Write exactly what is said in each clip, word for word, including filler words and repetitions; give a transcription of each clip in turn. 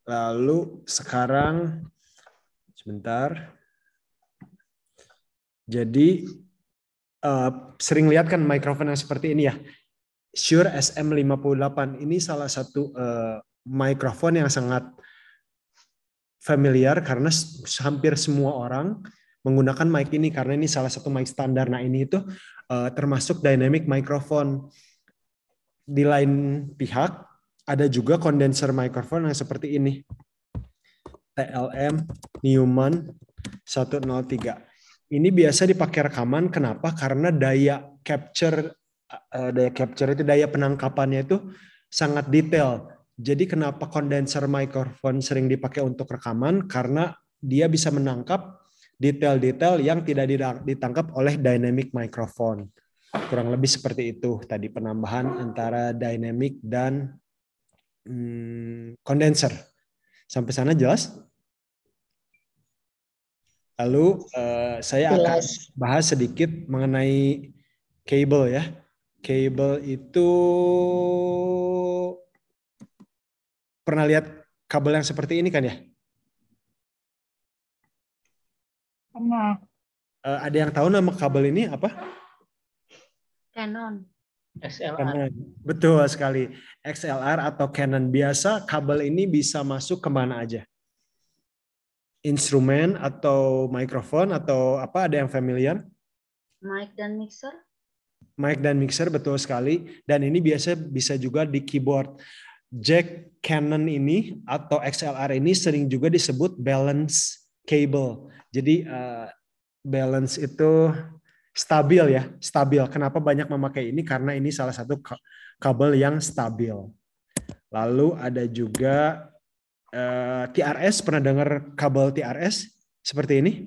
Lalu sekarang sebentar. Jadi uh, sering lihat kan mikrofon yang seperti ini ya. Shure S M lima puluh delapan ini salah satu uh, mikrofon yang sangat familiar karena hampir semua orang menggunakan mic ini karena ini salah satu mic standar. Nah, ini itu uh, termasuk dynamic microphone. Di lain pihak ada juga condenser microphone yang seperti ini. T L M Neumann seratus tiga. Ini biasa dipakai rekaman. Kenapa? Karena daya capture uh, daya capture itu daya penangkapannya itu sangat detail. Jadi kenapa condenser microphone sering dipakai untuk rekaman? Karena dia bisa menangkap detail-detail yang tidak ditangkap oleh dynamic microphone. Kurang lebih seperti itu tadi penambahan antara dynamic dan hmm, condenser. Sampai sana jelas? Lalu uh, saya akan bahas sedikit mengenai kabel ya. Kabel itu pernah lihat kabel yang seperti ini kan ya? Pernah. Uh, ada yang tahu nama kabel ini apa? Canon. X L R. Canon. Betul sekali. X L R atau Canon. Biasa kabel ini bisa masuk kemana aja? Instrumen atau mikrofon atau apa? Ada yang familiar? Mic dan mixer. Mic dan mixer, betul sekali. Dan ini biasa bisa juga di keyboard. Jack Canon ini atau X L R ini sering juga disebut balance cable. Jadi uh, balance itu stabil ya, stabil. Kenapa banyak memakai ini? Karena ini salah satu kabel yang stabil. Lalu ada juga uh, T R S, pernah dengar kabel T R S seperti ini?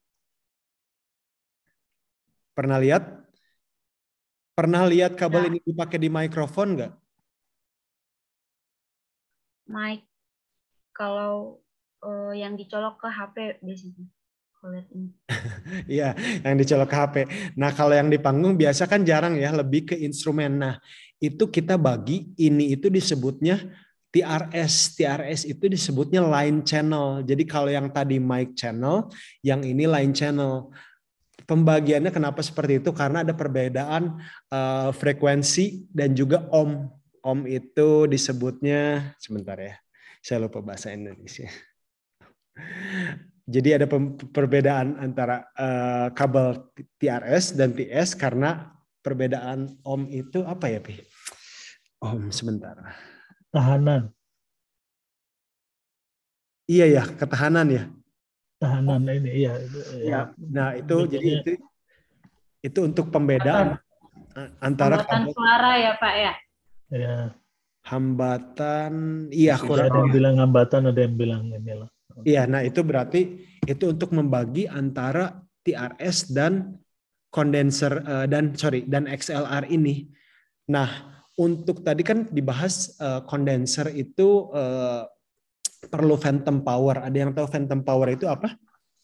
Pernah lihat? Pernah lihat kabel ya. Ini dipakai di mikrofon nggak? Mic. Kalau uh, yang dicolok ke H P biasanya. Iya, yang dicolok ke H P. Nah, kalau yang di panggung biasa kan jarang ya, lebih ke instrumen. Nah, itu kita bagi, ini itu disebutnya T R S. T R S itu disebutnya line channel. Jadi kalau yang tadi mic channel, yang ini line channel. Pembagiannya kenapa seperti itu? Karena ada perbedaan uh, frekuensi dan juga ohm. Ohm itu disebutnya, sebentar ya, saya lupa bahasa Indonesia. Jadi ada perbedaan antara uh, kabel T R S dan T S karena perbedaan ohm itu apa ya, Pi? Ohm, sebentar. Tahanan. Iya ya, ketahanan ya. Tahanan ini iya. Ya, nah itu Bentuknya, jadi itu itu untuk pembedaan antara hambatan suara ya Pak ya. Ya. Hambatan, iya kurang. Ada yang bilang hambatan, ada yang bilang inilah. Iya, nah itu berarti itu untuk membagi antara T R S dan kondenser uh, dan sorry dan X L R ini. Nah, untuk tadi kan dibahas kondenser uh, itu uh, perlu phantom power. Ada yang tahu phantom power itu apa?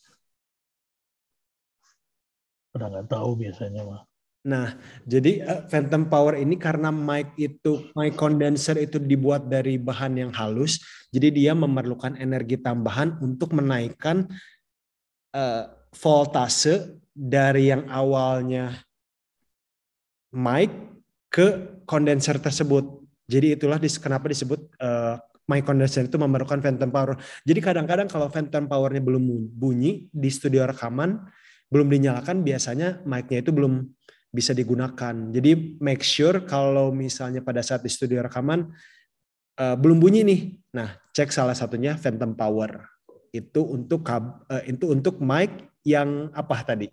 Udah nggak tahu biasanya mah. Nah, jadi uh, phantom power ini karena mic itu, mic condenser itu dibuat dari bahan yang halus, jadi dia memerlukan energi tambahan untuk menaikkan uh, voltase dari yang awalnya mic ke kondenser tersebut. Jadi itulah kenapa disebut uh, mic condenser itu memerlukan phantom power. Jadi kadang-kadang kalau phantom powernya belum bunyi di studio rekaman, belum dinyalakan, biasanya mic-nya itu belum bisa digunakan. Jadi make sure kalau misalnya pada saat di studio rekaman uh, belum bunyi nih. Nah, cek salah satunya phantom power. Itu untuk uh, itu untuk mic yang apa tadi?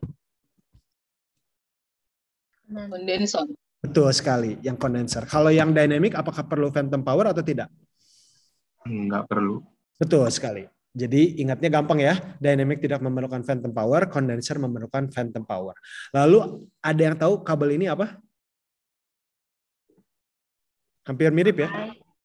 Kondensor. Betul sekali, yang kondenser. Kalau yang dynamic apakah perlu phantom power atau tidak? Enggak perlu. Betul sekali. Jadi ingatnya gampang ya, dynamic tidak memerlukan phantom power, kondenser memerlukan phantom power. Lalu ada yang tahu kabel ini apa? Hampir mirip ya?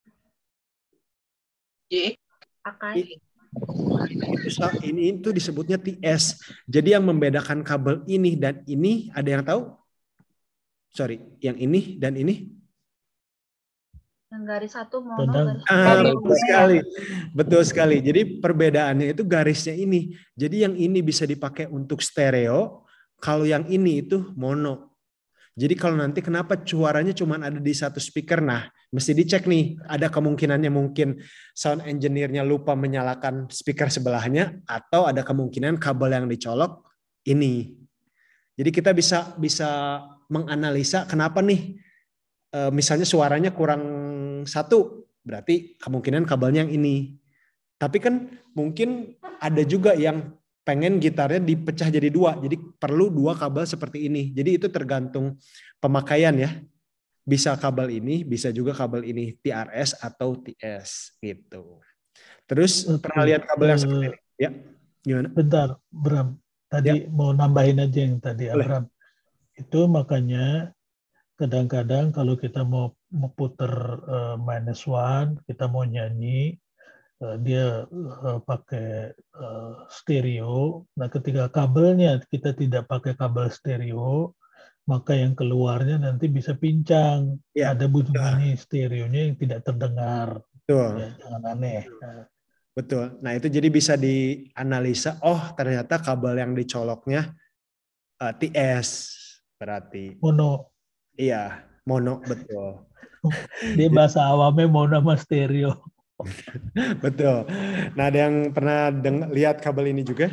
Y. Akai. Ini itu disebutnya T S. Jadi yang membedakan kabel ini dan ini ada yang tahu? Sorry, yang ini dan ini? Yang garis satu mono, Sedang garis Ah, satu Garis betul stereo. sekali. Betul sekali. Jadi perbedaannya itu garisnya ini. Jadi yang ini bisa dipakai untuk stereo, kalau yang ini itu mono. Jadi kalau nanti kenapa suaranya cuma ada di satu speaker, nah mesti dicek nih. Ada kemungkinannya mungkin sound engineer-nya lupa menyalakan speaker sebelahnya, atau ada kemungkinan kabel yang dicolok ini. Jadi kita bisa bisa menganalisa kenapa nih eh, misalnya suaranya kurang satu, berarti kemungkinan kabelnya yang ini. Tapi kan mungkin ada juga yang pengen gitarnya dipecah jadi dua, jadi perlu dua kabel seperti ini. Jadi itu tergantung pemakaian ya. Bisa kabel ini, bisa juga kabel ini T R S atau T S gitu. Terus Oke, pernah lihat kabel yang seperti eh, ini? Ya, gimana? bentar, Bram. Ya, Tadi mau nambahin aja yang tadi, boleh. Abram. Itu makanya kadang-kadang kalau kita mau mau puter eh, minus one, kita mau nyanyi, eh, dia eh, pakai eh, stereo. Nah, ketika kabelnya kita tidak pakai kabel stereo, maka yang keluarnya nanti bisa pincang. Ya, Ada bunyi-bunyi stereonya yang tidak terdengar. betul. Ya, jangan aneh. Nah, Betul. Nah, itu jadi bisa dianalisa, oh ternyata kabel yang dicoloknya eh, T S berarti. mono. Iya, mono betul. Dia bahasa awamnya mono sama stereo. Betul. Nah, ada yang pernah deng- lihat kabel ini juga?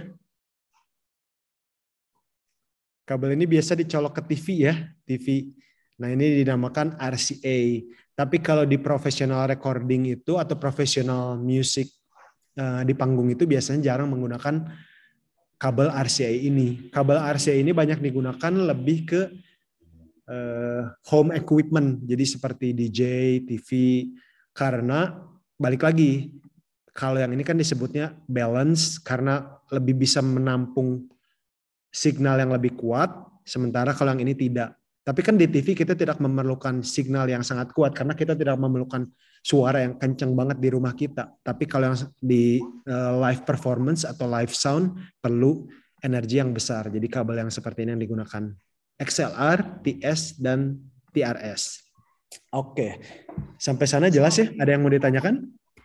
Kabel ini biasa dicolok ke T V ya, T V. Nah, ini dinamakan R C A. Tapi kalau di professional recording itu atau professional music eh, di panggung itu biasanya jarang menggunakan kabel R C A ini. Kabel R C A ini banyak digunakan lebih ke eh, home equipment. Jadi seperti D J, T V. Karena balik lagi, kalau yang ini kan disebutnya balance karena lebih bisa menampung signal yang lebih kuat, sementara kalau yang ini tidak. Tapi kan di T V kita tidak memerlukan signal yang sangat kuat karena kita tidak memerlukan suara yang kencang banget di rumah kita. Tapi kalau yang di uh, live performance atau live sound perlu energi yang besar. Jadi kabel yang seperti ini yang digunakan X L R, T S, dan T R S. Oke, sampai sana jelas ya? Ada yang mau ditanyakan?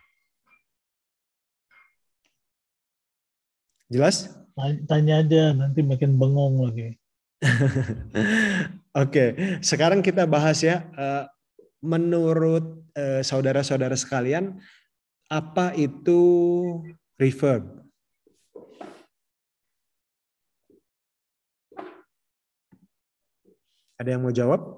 Jelas? Tanya aja, nanti makin bengong lagi. Oke, sekarang kita bahas ya. Menurut saudara-saudara sekalian, apa itu reverb? Ada yang mau jawab?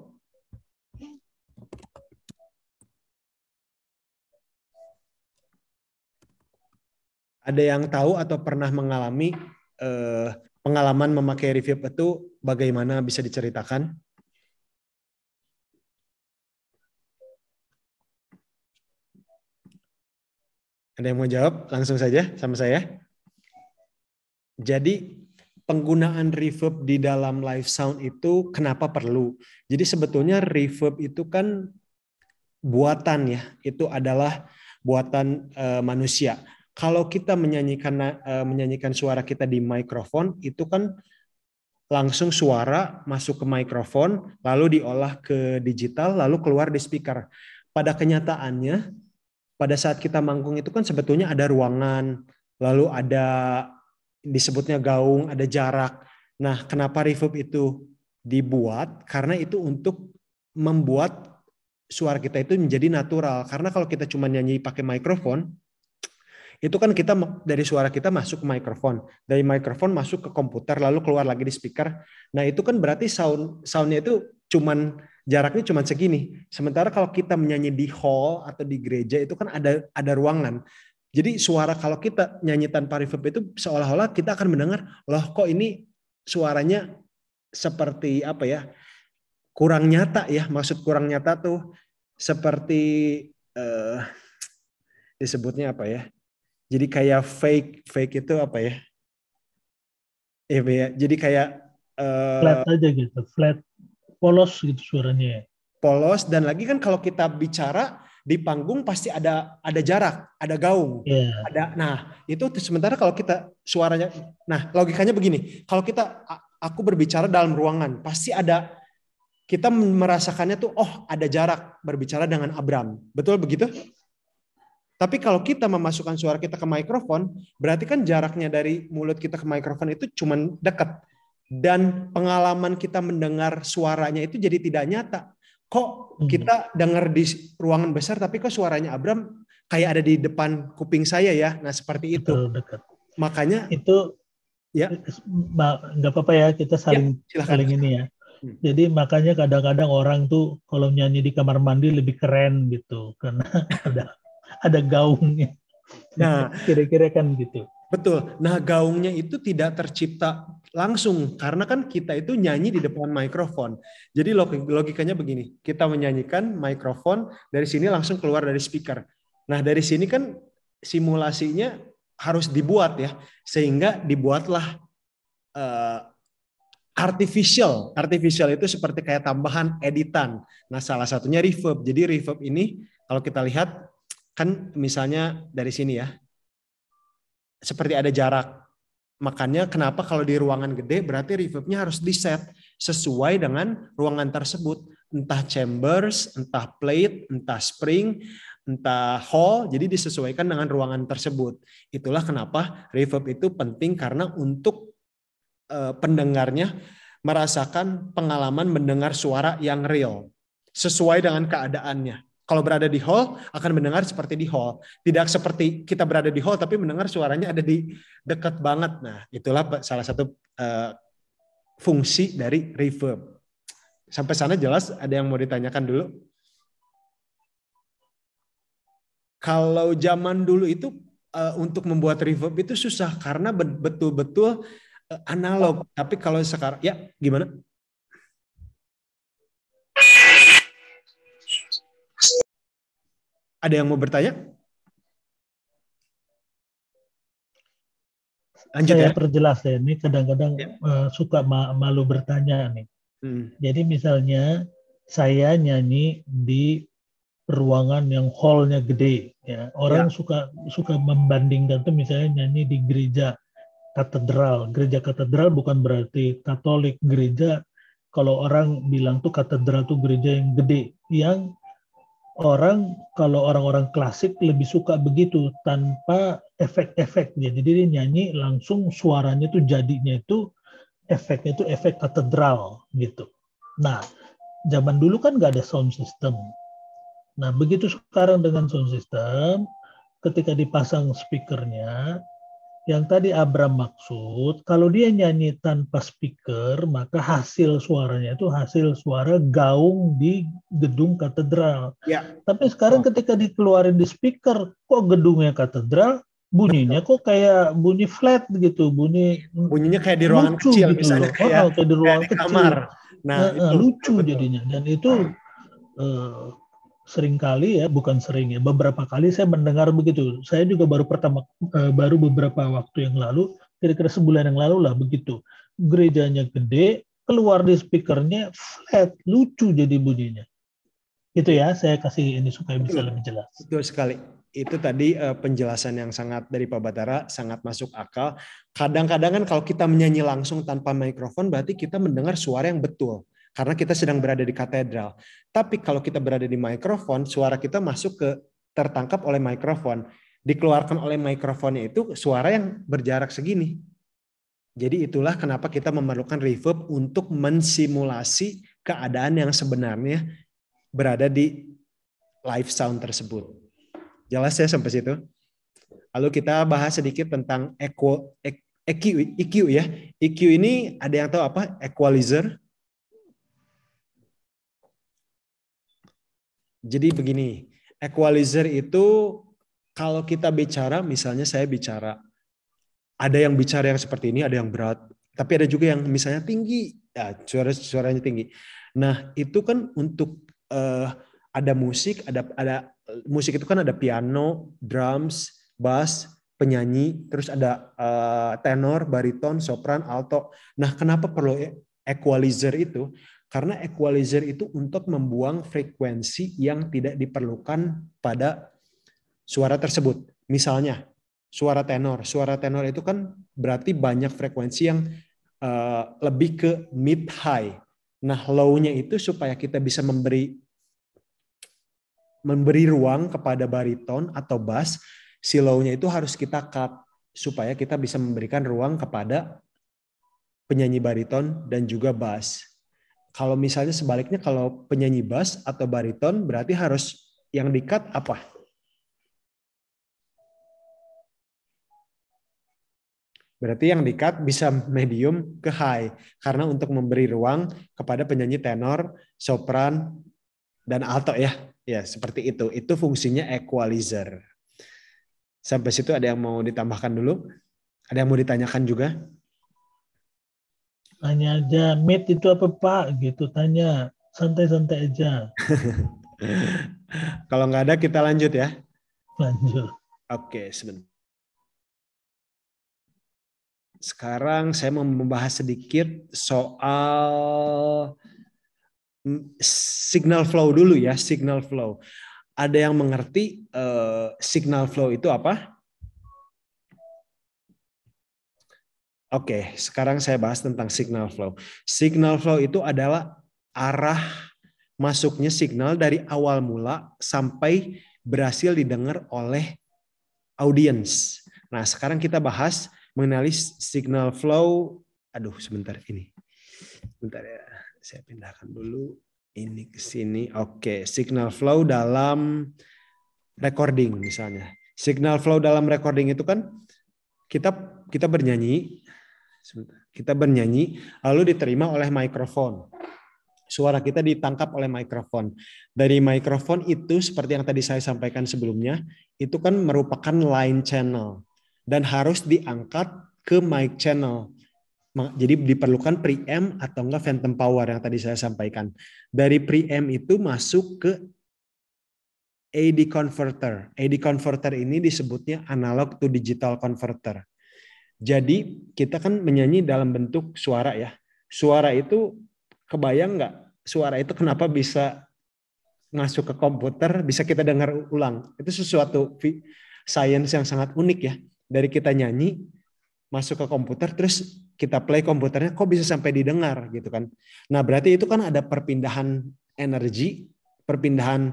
Ada yang tahu atau pernah mengalami eh, pengalaman memakai reverb itu bagaimana, bisa diceritakan? Ada yang mau jawab? Langsung saja sama saya. Jadi penggunaan reverb di dalam live sound itu kenapa perlu? Jadi sebetulnya reverb itu kan buatan ya, itu adalah buatan uh, manusia. Kalau kita menyanyikan uh, menyanyikan suara kita di mikrofon, itu kan langsung suara masuk ke mikrofon, lalu diolah ke digital, lalu keluar di speaker. Pada kenyataannya, pada saat kita manggung itu kan sebetulnya ada ruangan, lalu ada disebutnya gaung, ada jarak. Nah, kenapa reverb itu dibuat? Karena itu untuk membuat suara kita itu menjadi natural. Karena kalau kita cuma nyanyi pakai mikrofon, itu kan kita dari suara kita masuk ke mikrofon, dari mikrofon masuk ke komputer, lalu keluar lagi di speaker. Nah itu kan berarti sound soundnya itu cuman jaraknya cuman segini. Sementara kalau kita menyanyi di hall atau di gereja itu kan ada ada ruangan. Jadi suara kalau kita nyanyi tanpa reverb itu seolah-olah kita akan mendengar, loh kok ini suaranya seperti apa ya? Kurang nyata ya. Maksud kurang nyata tuh seperti eh, disebutnya apa ya? Jadi kayak fake, fake itu apa ya? Iya, ya. Jadi kayak uh, flat aja gitu, flat, polos gitu suaranya. Polos, dan lagi kan kalau kita bicara di panggung pasti ada ada jarak, ada gaung, yeah. ada. Nah itu sementara kalau kita suaranya, nah logikanya begini, kalau kita aku berbicara dalam ruangan pasti ada kita merasakannya tuh, oh ada jarak berbicara dengan Abram. Betul begitu? Tapi kalau kita memasukkan suara kita ke mikrofon, berarti kan jaraknya dari mulut kita ke mikrofon itu cuman dekat. Dan pengalaman kita mendengar suaranya itu jadi tidak nyata. Kok kita dengar di ruangan besar, tapi kok suaranya Abram kayak ada di depan kuping saya ya. Nah seperti itu. Betul, dekat. Makanya itu ya nggak apa-apa ya, kita saling ya, saling ini ya. Hmm. Jadi makanya kadang-kadang orang tuh kalau nyanyi di kamar mandi lebih keren gitu, karena ada ada gaungnya. Nah, kira-kira kan gitu. Betul. Nah, gaungnya itu tidak tercipta langsung karena kan kita itu nyanyi di depan mikrofon. Jadi logikanya begini, kita menyanyikan mikrofon dari sini langsung keluar dari speaker. Nah, dari sini kan simulasinya harus dibuat ya, sehingga dibuatlah uh, artificial. Artificial itu seperti kayak tambahan editan. Nah, salah satunya reverb. Jadi reverb ini kalau kita lihat kan misalnya dari sini ya, seperti ada jarak. Makanya kenapa kalau di ruangan gede berarti reverbnya harus diset sesuai dengan ruangan tersebut. Entah chambers, entah plate, entah spring, entah hall. Jadi disesuaikan dengan ruangan tersebut. Itulah kenapa reverb itu penting karena untuk uh, pendengarnya merasakan pengalaman mendengar suara yang real. Sesuai dengan keadaannya. Kalau berada di hall akan mendengar seperti di hall. Tidak seperti kita berada di hall tapi mendengar suaranya ada di dekat banget. Nah, itulah salah satu uh, fungsi dari reverb. Sampai sana jelas? Ada yang mau ditanyakan dulu? Kalau zaman dulu itu uh, untuk membuat reverb itu susah karena betul-betul uh, analog. Tapi kalau sekarang, ya gimana? Ada yang mau bertanya? Lanjut Saya ya. perjelas ya, ini kadang-kadang ya. uh, suka ma malu bertanya nih. Hmm. Jadi misalnya saya nyanyi di ruangan yang hallnya gede, ya orang ya. suka suka membandingkan tuh misalnya nyanyi di gereja katedral. Gereja katedral bukan berarti Katolik. Gereja kalau orang bilang tuh katedral tuh gereja yang gede, yang orang kalau orang-orang klasik lebih suka begitu tanpa efek-efek. Jadi dia nyanyi langsung suaranya tuh jadinya itu efeknya itu efek katedral gitu. Nah, zaman dulu kan nggak ada sound system. Nah, begitu sekarang dengan sound system, ketika dipasang speakernya, yang tadi Abram maksud, kalau dia nyanyi tanpa speaker, maka hasil suaranya itu hasil suara gaung di gedung katedral. Ya. Tapi sekarang oh. ketika dikeluarin di speaker, kok gedungnya katedral, bunyinya kok kayak bunyi flat gitu, bunyi bunyinya kayak di ruangan kecil gitu misalnya kayak, oh, kayak di ruangan kayak di kecil. Kamar. Nah, nah itu lucu betul. jadinya, dan itu uh, sering kali ya, bukan sering ya, beberapa kali saya mendengar begitu. Saya juga baru pertama, uh, baru beberapa waktu yang lalu, kira-kira sebulan yang lalu lah begitu. Gerejanya gede, keluar di speakernya flat, lucu jadi bunyinya. Itu ya, saya kasih ini supaya bisa betul, lebih jelas. Betul sekali. Itu tadi uh, penjelasan yang sangat dari Pak Batara, sangat masuk akal. Kadang-kadang kan kalau kita menyanyi langsung tanpa mikrofon, berarti kita mendengar suara yang betul. Karena kita sedang berada di katedral. Tapi kalau kita berada di mikrofon, suara kita masuk ke tertangkap oleh mikrofon. Dikeluarkan oleh mikrofonnya itu suara yang berjarak segini. Jadi itulah kenapa kita memerlukan reverb untuk mensimulasi keadaan yang sebenarnya berada di live sound tersebut. Jelas ya sampai situ? Lalu kita bahas sedikit tentang equal, E Q, E Q ya. E Q ini ada yang tahu apa? Equalizer. Jadi begini, equalizer itu kalau kita bicara, misalnya saya bicara, ada yang bicara yang seperti ini, ada yang berat, tapi ada juga yang misalnya tinggi, ya suara suaranya tinggi. Nah itu kan untuk uh, ada musik, ada ada musik itu kan ada piano, drums, bass, penyanyi, terus ada uh, tenor, bariton, sopran, alto. Nah kenapa perlu equalizer itu? Karena equalizer itu untuk membuang frekuensi yang tidak diperlukan pada suara tersebut. Misalnya, suara tenor. Suara tenor itu kan berarti banyak frekuensi yang uh, lebih ke mid-high. Nah, low-nya itu supaya kita bisa memberi memberi ruang kepada bariton atau bass, si low-nya itu harus kita cut supaya kita bisa memberikan ruang kepada penyanyi bariton dan juga bass. Kalau misalnya sebaliknya, kalau penyanyi bass atau bariton berarti harus yang di-cut apa? Berarti yang di-cut bisa medium ke high. Karena untuk memberi ruang kepada penyanyi tenor, sopran, dan alto ya. Ya, seperti itu. Itu fungsinya equalizer. Sampai situ ada yang mau ditambahkan dulu? Ada yang mau ditanyakan juga? Tanya aja, mid itu apa Pak? Gitu tanya. Santai-santai aja. Kalau nggak ada kita lanjut ya. Lanjut. Oke, sebentar. Sekarang saya mau membahas sedikit soal signal flow dulu ya, signal flow. Ada yang mengerti uh, signal flow itu apa? Oke, sekarang saya bahas tentang signal flow. Signal flow itu adalah arah masuknya signal dari awal mula sampai berhasil didengar oleh audiens. Nah, sekarang kita bahas mengenali signal flow. Aduh, sebentar ini. Sebentar ya, saya pindahkan dulu ini ke sini. Oke, signal flow dalam recording misalnya. Signal flow dalam recording itu kan kita kita bernyanyi, kita bernyanyi lalu diterima oleh mikrofon. Suara kita ditangkap oleh mikrofon. Dari mikrofon itu seperti yang tadi saya sampaikan sebelumnya, itu kan merupakan line channel dan harus diangkat ke mic channel. Jadi diperlukan preamp atau enggak phantom power yang tadi saya sampaikan. Dari preamp itu masuk ke A D converter. A D converter ini disebutnya analog to digital converter. Jadi kita kan menyanyi dalam bentuk suara ya. Suara itu kebayang nggak? Suara itu kenapa bisa masuk ke komputer, bisa kita dengar ulang. Itu sesuatu science yang sangat unik ya. Dari kita nyanyi, masuk ke komputer, terus kita play komputernya, kok bisa sampai didengar gitu kan. Nah berarti itu kan ada perpindahan energi, perpindahan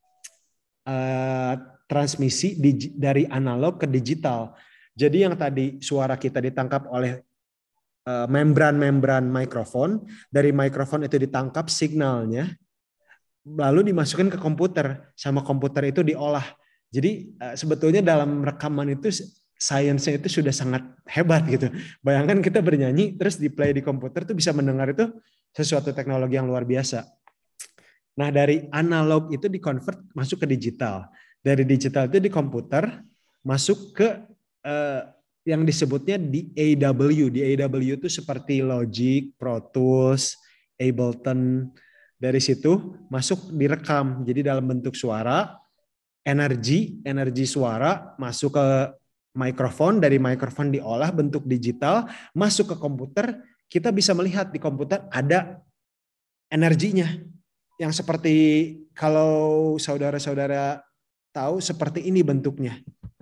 uh, transmisi di, dari analog ke digital. Jadi yang tadi suara kita ditangkap oleh uh, membran-membran mikrofon, dari mikrofon itu ditangkap signalnya, lalu dimasukkan ke komputer, sama komputer itu diolah. Jadi uh, sebetulnya dalam rekaman itu sainsnya itu sudah sangat hebat gitu. Bayangkan kita bernyanyi terus di play di komputer tuh bisa mendengar, itu sesuatu teknologi yang luar biasa. Nah dari analog itu dikonvert masuk ke digital. Dari digital itu di komputer masuk ke eh, yang disebutnya D A W. D A W itu seperti Logic, Pro Tools, Ableton. Dari situ masuk direkam. Jadi dalam bentuk suara, energi, energi suara masuk ke mikrofon, dari mikrofon diolah bentuk digital, masuk ke komputer, kita bisa melihat di komputer ada energinya. Yang seperti kalau saudara-saudara tahu seperti ini bentuknya.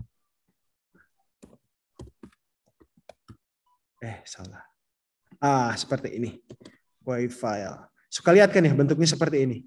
Eh, salah. Ah, seperti ini. WAV file. Suka lihat kan ya bentuknya seperti ini.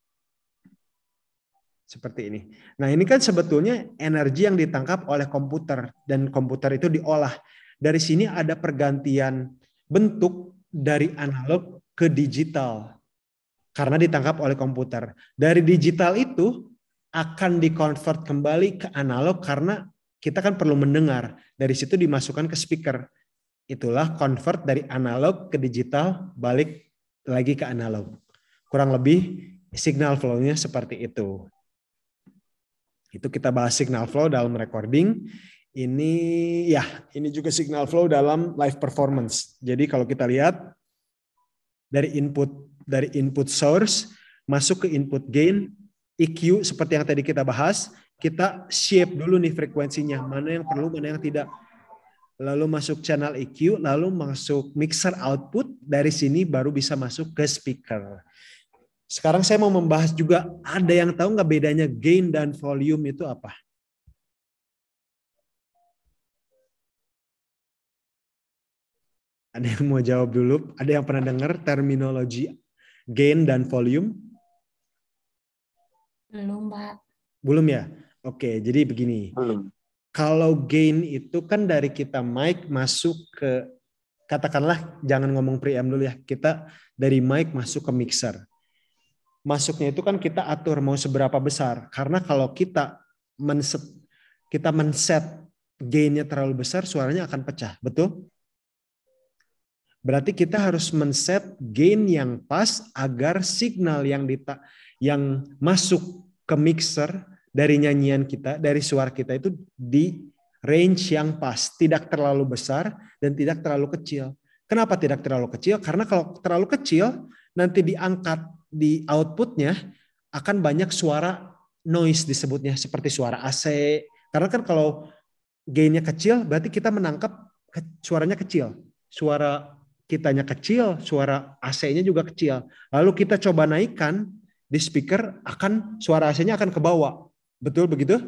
Seperti ini. Nah ini kan sebetulnya energi yang ditangkap oleh komputer dan komputer itu diolah. Dari sini ada pergantian bentuk dari analog ke digital karena ditangkap oleh komputer. Dari digital itu akan dikonvert kembali ke analog karena kita kan perlu mendengar. Dari situ dimasukkan ke speaker. Itulah convert dari analog ke digital balik lagi ke analog. Kurang lebih signal flow-nya seperti itu. Itu kita bahas signal flow dalam recording. Ini ya, ini juga signal flow dalam live performance. Jadi kalau kita lihat dari input dari input source masuk ke input gain, E Q seperti yang tadi kita bahas, kita shape dulu nih frekuensinya, mana yang perlu, mana yang tidak. Lalu masuk channel E Q, lalu masuk mixer output, dari sini baru bisa masuk ke speaker. Sekarang saya mau membahas juga, ada yang tahu nggak bedanya gain dan volume itu apa? Ada yang mau jawab dulu? Ada yang pernah dengar terminologi gain dan volume? Belum, Pak. Belum ya? Oke, jadi begini. Belum. Kalau gain itu kan dari kita mic masuk ke, katakanlah jangan ngomong preamp dulu ya. Kita dari mic masuk ke mixer. Masuknya itu kan kita atur mau seberapa besar. Karena kalau kita men-set, kita men-set gainnya terlalu besar, suaranya akan pecah. Betul? Berarti kita harus men-set gain yang pas agar signal yang dita, yang masuk ke mixer dari nyanyian kita, dari suara kita itu di range yang pas, tidak terlalu besar dan tidak terlalu kecil. Kenapa tidak terlalu kecil? Karena kalau terlalu kecil, nanti diangkat di outputnya akan banyak suara noise disebutnya, seperti suara A C. Karena kan kalau gainnya kecil, berarti kita menangkap suaranya kecil. Suara kitanya kecil, suara A C-nya juga kecil. Lalu kita coba naikkan di speaker, akan suara A C-nya akan ke bawah. Betul begitu?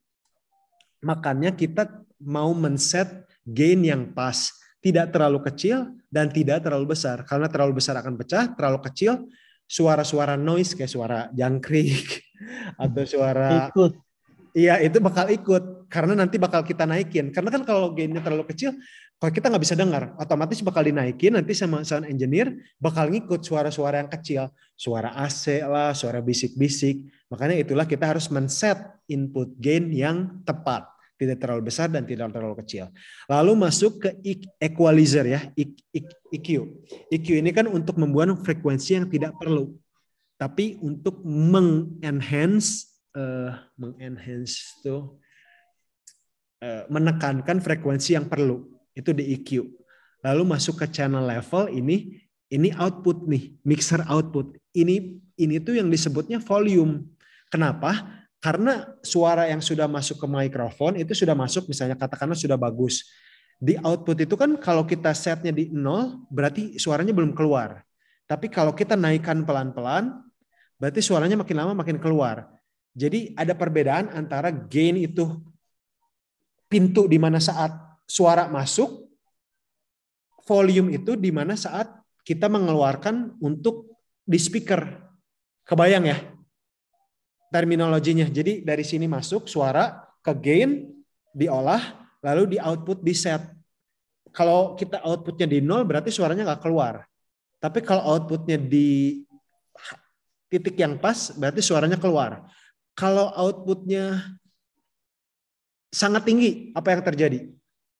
Makanya kita mau men-set gain yang pas. Tidak terlalu kecil dan tidak terlalu besar. Karena terlalu besar akan pecah, terlalu kecil suara-suara noise kayak suara jangkrik atau suara... Ikut. Iya, itu bakal ikut. Karena nanti bakal kita naikin. Karena kan kalau gainnya terlalu kecil, kalau kita nggak bisa dengar, otomatis bakal dinaikin, nanti sama sound engineer bakal ngikut suara-suara yang kecil. Suara A C lah, suara bisik-bisik. Makanya itulah kita harus men-set input gain yang tepat. Tidak terlalu besar dan tidak terlalu kecil. Lalu masuk ke equalizer ya, E Q. E Q ini kan untuk membuat frekuensi yang tidak perlu. Tapi untuk mengenhance, uh, mengenhance tuh, uh, menekankan frekuensi yang perlu. Itu di E Q. Lalu masuk ke channel level, ini ini output nih, mixer output. Ini ini tuh yang disebutnya volume. Kenapa? Karena suara yang sudah masuk ke mikrofon itu sudah masuk, misalnya katakanlah sudah bagus. Di output itu kan kalau kita setnya di nol, berarti suaranya belum keluar. Tapi kalau kita naikkan pelan-pelan, berarti suaranya makin lama makin keluar. Jadi ada perbedaan antara gain itu pintu di mana saat suara masuk, volume itu di mana saat kita mengeluarkan untuk di speaker. Kebayang ya terminologinya? Jadi dari sini masuk suara ke gain, diolah, lalu di output di set. Kalau kita outputnya di nol berarti suaranya nggak keluar. Tapi kalau outputnya di titik yang pas berarti suaranya keluar. Kalau outputnya sangat tinggi, apa yang terjadi?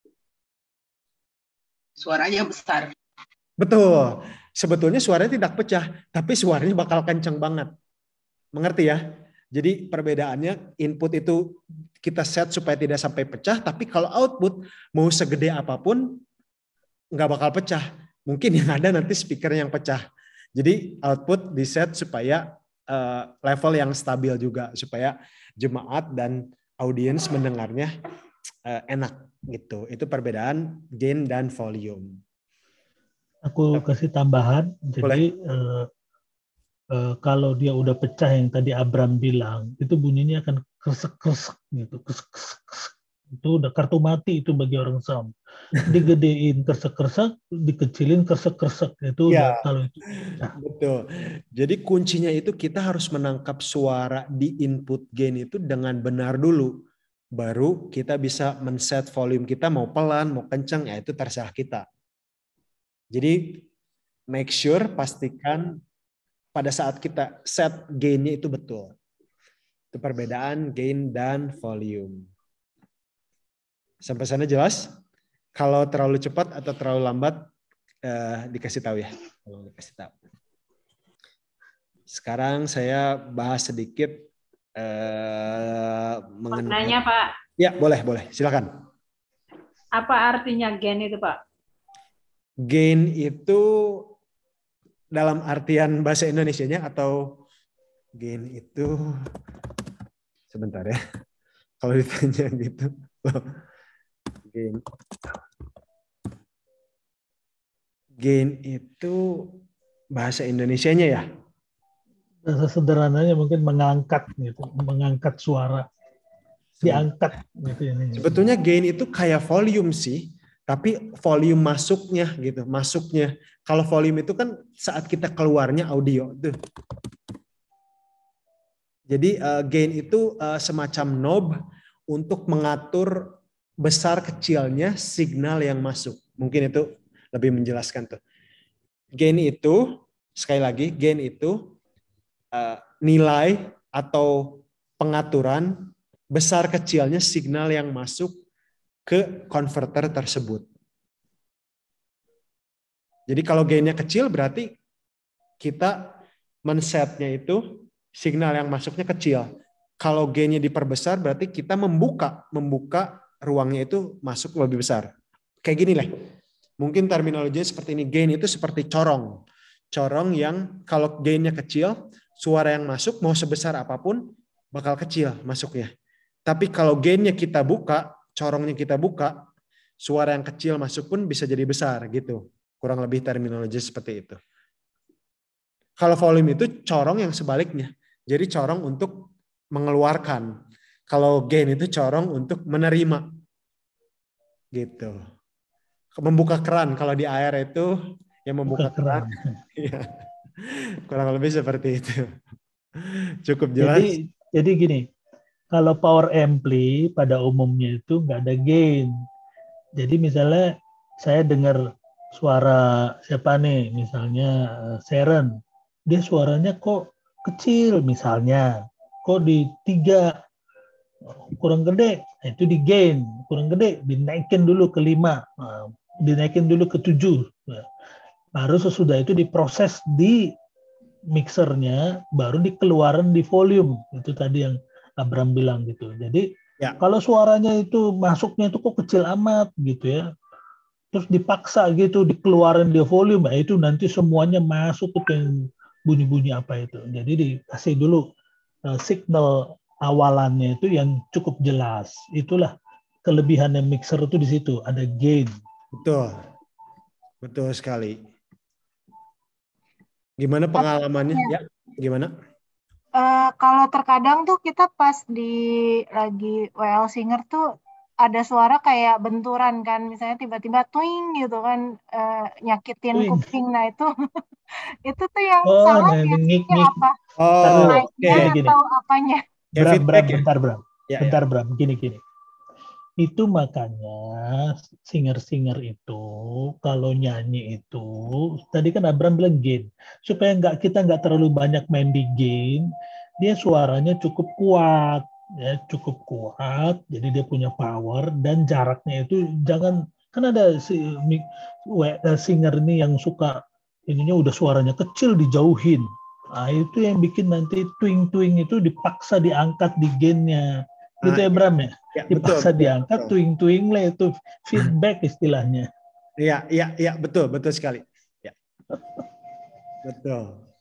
Suaranya besar. Betul. Sebetulnya suaranya tidak pecah, tapi suaranya bakal kencang banget. Mengerti ya? Jadi perbedaannya input itu kita set supaya tidak sampai pecah, tapi kalau output mau segede apapun nggak bakal pecah. Mungkin yang ada nanti speaker yang pecah. Jadi output di set supaya uh, level yang stabil juga, supaya jemaat dan audiens mendengarnya uh, enak gitu. Itu perbedaan gain dan volume. Aku kasih tambahan. Jadi uh, Uh, kalau dia udah pecah yang tadi Abram bilang, itu bunyinya akan kresek-kresek gitu. Kresek-kresek. Itu udah kartu mati itu bagi orang sound. Digedein kresek-kresek, dikecilin kresek-kresek. Itu udah Ya, kalau itu. Nah. Betul. Jadi kuncinya itu kita harus menangkap suara di input gain itu dengan benar dulu. Baru kita bisa men-set volume kita mau pelan, mau kencang, ya itu terserah kita. Jadi make sure, pastikan pada saat kita set gain-nya itu betul. Itu perbedaan gain dan volume. Sampai sana jelas? Kalau terlalu cepat atau terlalu lambat, eh, dikasih tahu ya. Kalau dikasih tahu. Sekarang saya bahas sedikit eh, mengenai. Nanya Pak. Ya boleh boleh, silakan. Apa artinya gain itu Pak? Gain itu dalam artian bahasa Indonesianya atau gain itu sebentar ya. Kalau ditanya gitu. Gain. Gain itu bahasa Indonesianya ya? Bahasa sederhananya mungkin mengangkat gitu, mengangkat suara. Diangkat gitu ini. Sebetulnya gain itu kayak volume sih, tapi volume masuknya gitu, masuknya. Kalau volume itu kan saat kita keluarnya audio tuh. Jadi uh, gain itu uh, semacam knob untuk mengatur besar kecilnya signal yang masuk. Mungkin itu lebih menjelaskan tuh. Gain itu, sekali lagi, gain itu uh, nilai atau pengaturan besar kecilnya signal yang masuk ke konverter tersebut. Jadi kalau gainnya kecil berarti kita men-setnya itu signal yang masuknya kecil. Kalau gainnya diperbesar berarti kita membuka membuka ruangnya itu masuk lebih besar. Kayak gini lah. Mungkin terminologinya seperti ini. Gain itu seperti corong. Corong yang kalau gainnya kecil, suara yang masuk mau sebesar apapun bakal kecil masuknya. Tapi kalau gainnya kita buka, corongnya kita buka, suara yang kecil masuk pun bisa jadi besar gitu. Kurang lebih terminologi seperti itu. Kalau volume itu corong yang sebaliknya. Jadi corong untuk mengeluarkan. Kalau gain itu corong untuk menerima. Gitu. Membuka keran. Kalau di air itu yang membuka Buka keran. keran. Kurang lebih seperti itu. Cukup jelas. Jadi, jadi gini, kalau power ampli pada umumnya itu nggak ada gain. Jadi misalnya saya dengar suara siapa nih, misalnya Sharon, dia suaranya kok kecil misalnya, kok di tiga kurang gede, itu di gain, kurang gede, dinaikin dulu ke lima, dinaikin dulu ke tujuh, baru sesudah itu diproses di mixernya, baru dikeluarin di volume, itu tadi yang Abram bilang gitu. Jadi ya. Kalau suaranya itu masuknya itu kok kecil amat gitu ya, terus dipaksa gitu dikeluarin di volume, nah itu nanti semuanya masuk ke bunyi-bunyi apa itu. Jadi dikasih dulu uh, signal awalannya itu yang cukup jelas. Itulah kelebihannya mixer itu di situ, ada gain. Betul. Betul sekali. Gimana pengalamannya? Ya, gimana? Uh, kalau terkadang tuh kita pas di lagi W L Singer tuh ada suara kayak benturan kan, misalnya tiba-tiba twing gitu kan, uh, nyakitin twing. Kuping. Nah itu itu tuh yang oh, salah nah, biasanya apa? Oh, mic-nya okay. atau apanya? Bram, Bram, bentar Bram, ya, bentar ya. Bram, gini-gini. Itu makanya singer-singer itu kalau nyanyi itu tadi kan Abram bilang gain, supaya nggak kita nggak terlalu banyak main di gain, dia suaranya cukup kuat ya, cukup kuat, jadi dia punya power dan jaraknya itu jangan, kan ada si singer ini yang suka ininya udah suaranya kecil dijauhin, nah itu yang bikin nanti twing-twing itu dipaksa diangkat di gainnya. Gitu ya Bram ya? Ya dipaksa betul, diangkat, twing-twing lah itu feedback istilahnya. Iya, iya, iya, betul, betul sekali. Ya. Betul.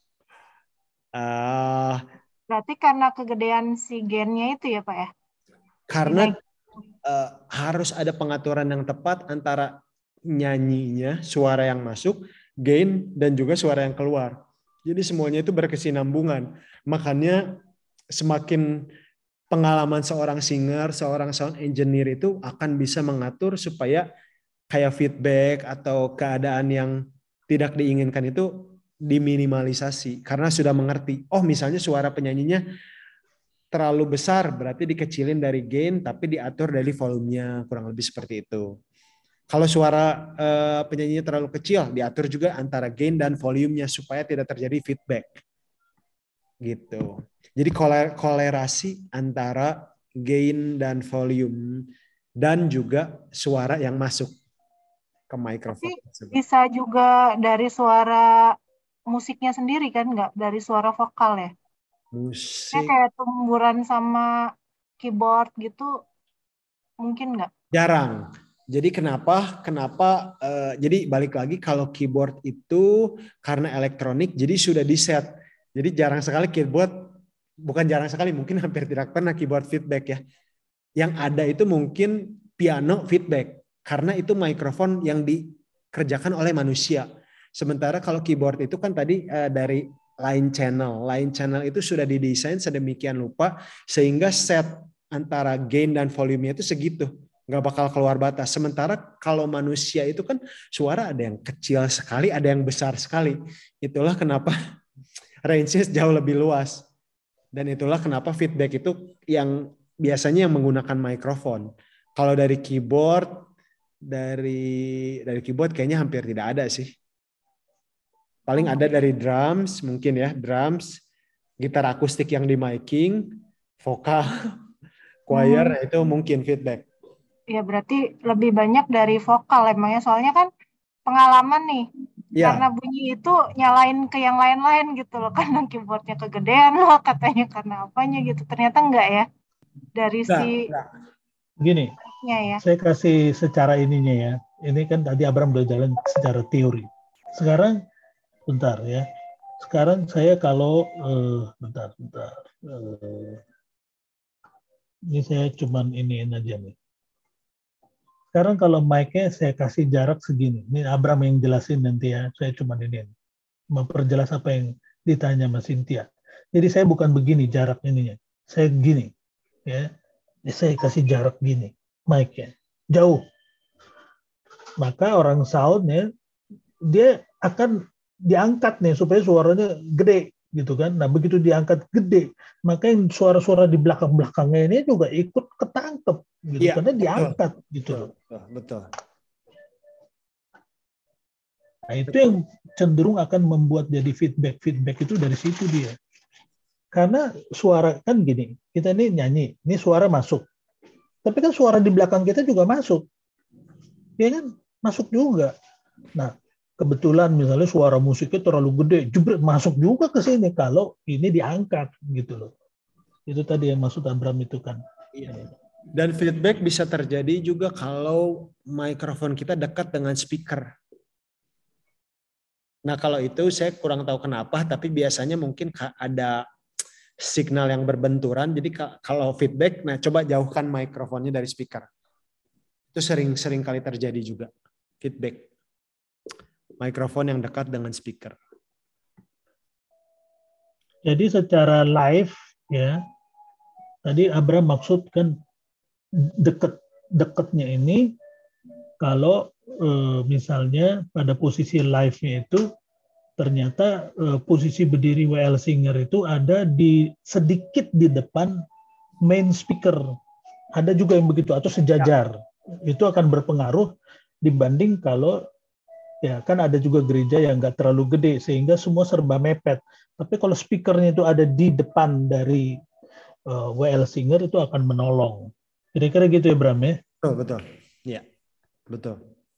Uh, Berarti karena kegedean si gennya itu ya Pak ya? Karena uh, harus ada pengaturan yang tepat antara nyanyinya, suara yang masuk, gain, dan juga suara yang keluar. Jadi semuanya itu berkesinambungan. Makanya semakin pengalaman seorang singer, seorang sound engineer itu akan bisa mengatur supaya kayak feedback atau keadaan yang tidak diinginkan itu diminimalisasi karena sudah mengerti. Oh, misalnya suara penyanyinya terlalu besar, berarti dikecilin dari gain tapi diatur dari volumenya, kurang lebih seperti itu. Kalau suara uh, penyanyinya terlalu kecil, diatur juga antara gain dan volumenya supaya tidak terjadi feedback. Gitu. Jadi kolerasi antara gain dan volume dan juga suara yang masuk ke mikrofon. Tapi bisa juga dari suara musiknya sendiri kan, nggak dari suara vokal ya? Musik. Ya, kayak tumburan sama keyboard gitu, mungkin nggak? Jarang. Jadi kenapa? Kenapa? Uh, jadi balik lagi kalau keyboard itu karena elektronik, jadi sudah di set. Jadi jarang sekali keyboard, bukan jarang sekali, mungkin hampir tidak pernah keyboard feedback ya. Yang ada itu mungkin piano feedback, karena itu mikrofon yang dikerjakan oleh manusia. Sementara kalau keyboard itu kan tadi uh, dari line channel. Line channel itu sudah didesain sedemikian rupa, sehingga set antara gain dan volume itu segitu. nggak bakal keluar batas. Sementara kalau manusia itu kan suara ada yang kecil sekali, ada yang besar sekali. Itulah kenapa range-nya jauh lebih luas. Dan itulah kenapa feedback itu yang biasanya yang menggunakan mikrofon. Kalau dari keyboard, dari dari keyboard kayaknya hampir tidak ada sih. Paling ada dari drums, mungkin ya, drums, gitar akustik yang di miking, vokal, choir, Hmm. itu mungkin feedback. Ya berarti lebih banyak dari vokal emangnya, soalnya kan pengalaman nih, Ya, karena bunyi itu nyalain ke yang lain-lain gitu loh, karena keyboardnya kegedean loh katanya, karena apanya gitu. Ternyata enggak ya, dari enggak, si enggak. Gini, nya ya. saya kasih secara ininya ya. Ini kan tadi Abram udah jalan secara teori. Sekarang, bentar ya. Sekarang saya kalau, eh, bentar, bentar. Eh, ini saya cuman iniin aja nih. Sekarang kalau mic-nya saya kasih jarak segini. Ini Abram yang jelasin nanti ya. Saya cuman ini memperjelas apa yang ditanya Mas Cynthia. Jadi saya bukan begini jarak ininya. Saya gini. Ya. Saya kasih jarak gini. Mic-nya. Jauh. Maka orang sound-nya dia akan diangkat nih supaya suaranya gede gitu kan. Nah begitu diangkat gede, maka yang suara-suara di belakang-belakangnya ini juga ikut ketangkep gitu Iya, karena betul. diangkat gitu Betul, loh. betul, betul. Nah itu yang cenderung akan membuat jadi feedback feedback itu dari situ dia. Karena suara kan gini, kita ini nyanyi, ini suara masuk, tapi kan suara di belakang kita juga masuk, ya kan masuk juga. Nah kebetulan misalnya suara musiknya terlalu gede, jebret masuk juga ke sini kalau ini diangkat gitu loh. Itu tadi yang maksud Abram itu kan. Iya. Dan feedback bisa terjadi juga kalau mikrofon kita dekat dengan speaker. Nah kalau itu saya kurang tahu kenapa, tapi biasanya mungkin ada signal yang berbenturan. Jadi kalau feedback, nah coba jauhkan mikrofonnya dari speaker. Itu sering-sering kali terjadi juga feedback. Mikrofon yang dekat dengan speaker. Jadi secara live ya, tadi Abram maksudkan deket deketnya ini kalau eh, misalnya pada posisi live-nya itu ternyata eh, posisi berdiri W L Singer itu ada di sedikit di depan main speaker. Ada juga yang begitu atau sejajar. Ya. Itu akan berpengaruh dibanding kalau ya kan ada juga gereja yang nggak terlalu gede sehingga semua serba mepet. Tapi kalau speakernya itu ada di depan dari uh, W L Singer itu akan menolong. Kira-kira gitu ya Bram ya? Betul, betul. Iya, betul.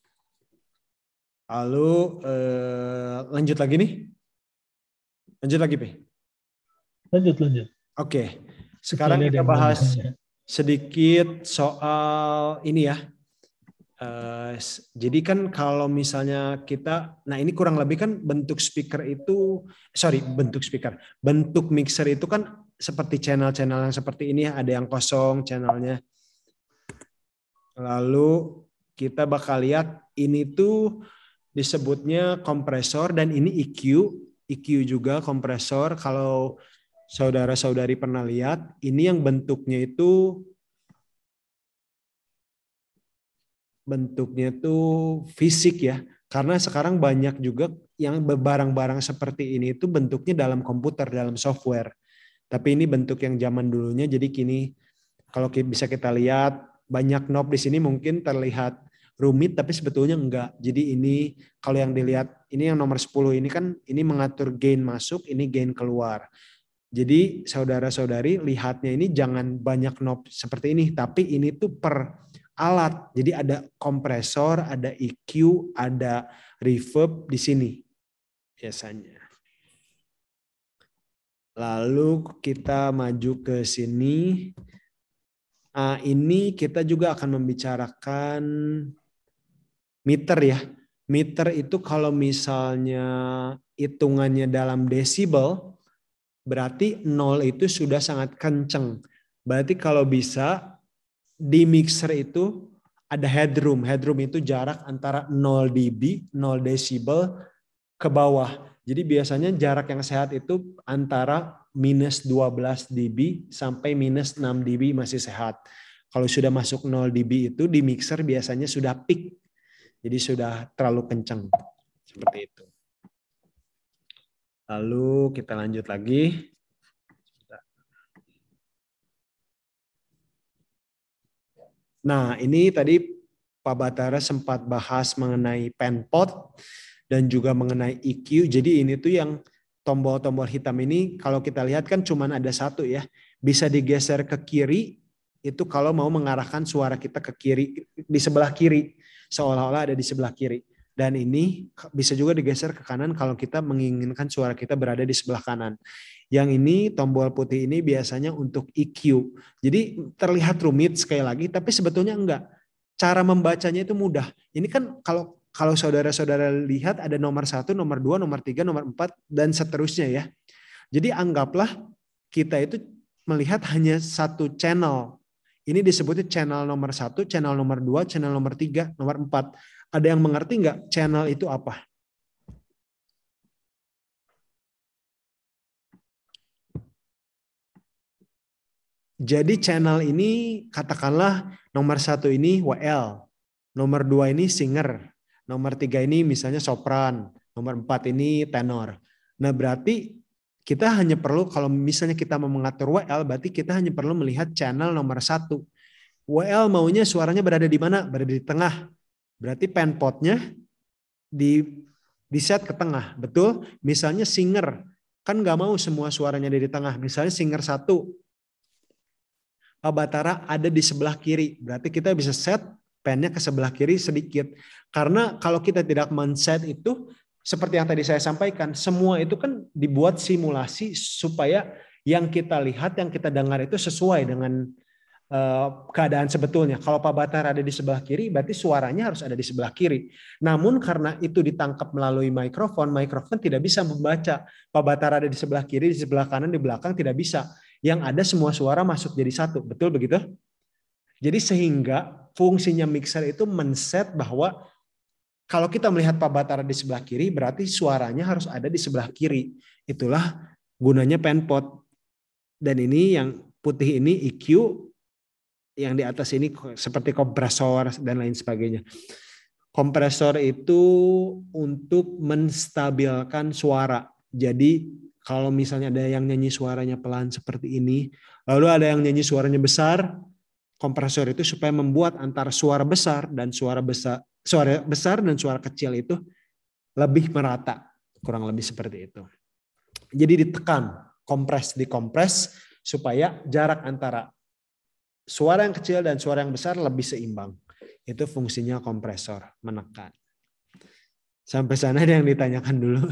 Lalu eh, lanjut lagi nih. Lanjut lagi, P. Lanjut, lanjut. Oke, sekarang kita bahas sedikit soal ini ya. Uh, jadi kan kalau misalnya kita, nah ini kurang lebih kan bentuk speaker itu, sorry bentuk speaker, bentuk mixer itu kan seperti channel-channel yang seperti ini, ada yang kosong channelnya. Lalu kita bakal lihat ini tuh disebutnya kompresor dan ini E Q, E Q juga kompresor. Kalau saudara-saudari pernah lihat, ini yang bentuknya itu bentuknya itu fisik ya, karena sekarang banyak juga yang barang-barang seperti ini itu bentuknya dalam komputer, dalam software. Tapi ini bentuk yang zaman dulunya, jadi kini kalau bisa kita lihat banyak knob di sini mungkin terlihat rumit, tapi sebetulnya enggak. Jadi ini kalau yang dilihat, ini yang nomor sepuluh ini kan ini mengatur gain masuk, ini gain keluar. Jadi saudara-saudari lihatnya ini jangan banyak knob seperti ini, tapi ini tuh per alat. Jadi ada kompresor, ada E Q, ada reverb di sini biasanya. Lalu kita maju ke sini. Nah, ini kita juga akan membicarakan meter ya. Meter itu kalau misalnya hitungannya dalam desibel, berarti nol itu sudah sangat kenceng. Berarti kalau bisa di mixer itu ada headroom. Headroom itu jarak antara nol dB, nol desibel ke bawah. Jadi biasanya jarak yang sehat itu antara minus dua belas dB sampai minus enam dB masih sehat. Kalau sudah masuk nol dB itu di mixer biasanya sudah peak. Jadi sudah terlalu kencang. Seperti itu. Lalu kita lanjut lagi. Nah, ini tadi Pak Batara sempat bahas mengenai penpot dan juga mengenai E Q. Jadi ini tuh yang tombol-tombol hitam ini kalau kita lihat kan cuma ada satu ya. Bisa digeser ke kiri itu kalau mau mengarahkan suara kita ke kiri, di sebelah kiri. Seolah-olah ada di sebelah kiri. Dan ini bisa juga digeser ke kanan kalau kita menginginkan suara kita berada di sebelah kanan. Yang ini tombol putih ini biasanya untuk E Q. Jadi terlihat rumit sekali lagi, tapi sebetulnya enggak. Cara membacanya itu mudah. Ini kan kalau kalau saudara-saudara lihat ada nomor satu, nomor dua, nomor tiga, nomor empat, dan seterusnya ya. Jadi anggaplah kita itu melihat hanya satu channel. Ini disebutnya channel nomor satu, channel nomor dua, channel nomor tiga, nomor empat. Ada yang mengerti enggak channel itu apa? Jadi channel ini katakanlah nomor satu ini W L, nomor dua ini singer, nomor tiga ini misalnya sopran, nomor empat ini tenor. Nah berarti kita hanya perlu kalau misalnya kita mau mengatur W L berarti kita hanya perlu melihat channel nomor satu. W L maunya suaranya berada di mana? Berada di tengah. Berarti penpotnya di di set ke tengah, betul? Misalnya singer, kan nggak mau semua suaranya ada di tengah. Misalnya singer satu. Pak Batara ada di sebelah kiri. Berarti kita bisa set pennya ke sebelah kiri sedikit. Karena kalau kita tidak men-set itu, seperti yang tadi saya sampaikan, semua itu kan dibuat simulasi supaya yang kita lihat, yang kita dengar itu sesuai dengan uh, keadaan sebetulnya. Kalau Pak Batara ada di sebelah kiri, berarti suaranya harus ada di sebelah kiri. Namun karena itu ditangkap melalui mikrofon, mikrofon tidak bisa membaca Pak Batara ada di sebelah kiri, di sebelah kanan, di belakang, tidak bisa. Yang ada semua suara masuk jadi satu. Betul begitu? Jadi sehingga fungsinya mixer itu men-set bahwa kalau kita melihat Pak Batara di sebelah kiri, berarti suaranya harus ada di sebelah kiri. Itulah gunanya penpot. Dan ini yang putih ini E Q, yang di atas ini seperti kompresor dan lain sebagainya. Kompresor itu untuk menstabilkan suara. Jadi kalau misalnya ada yang nyanyi suaranya pelan seperti ini, lalu ada yang nyanyi suaranya besar, kompresor itu supaya membuat antara suara besar dan suara besar, suara besar dan suara kecil itu lebih merata, kurang lebih seperti itu. Jadi ditekan, kompres, dikompres supaya jarak antara suara yang kecil dan suara yang besar lebih seimbang. Itu fungsinya kompresor, menekan. Sampai sana ada yang ditanyakan dulu.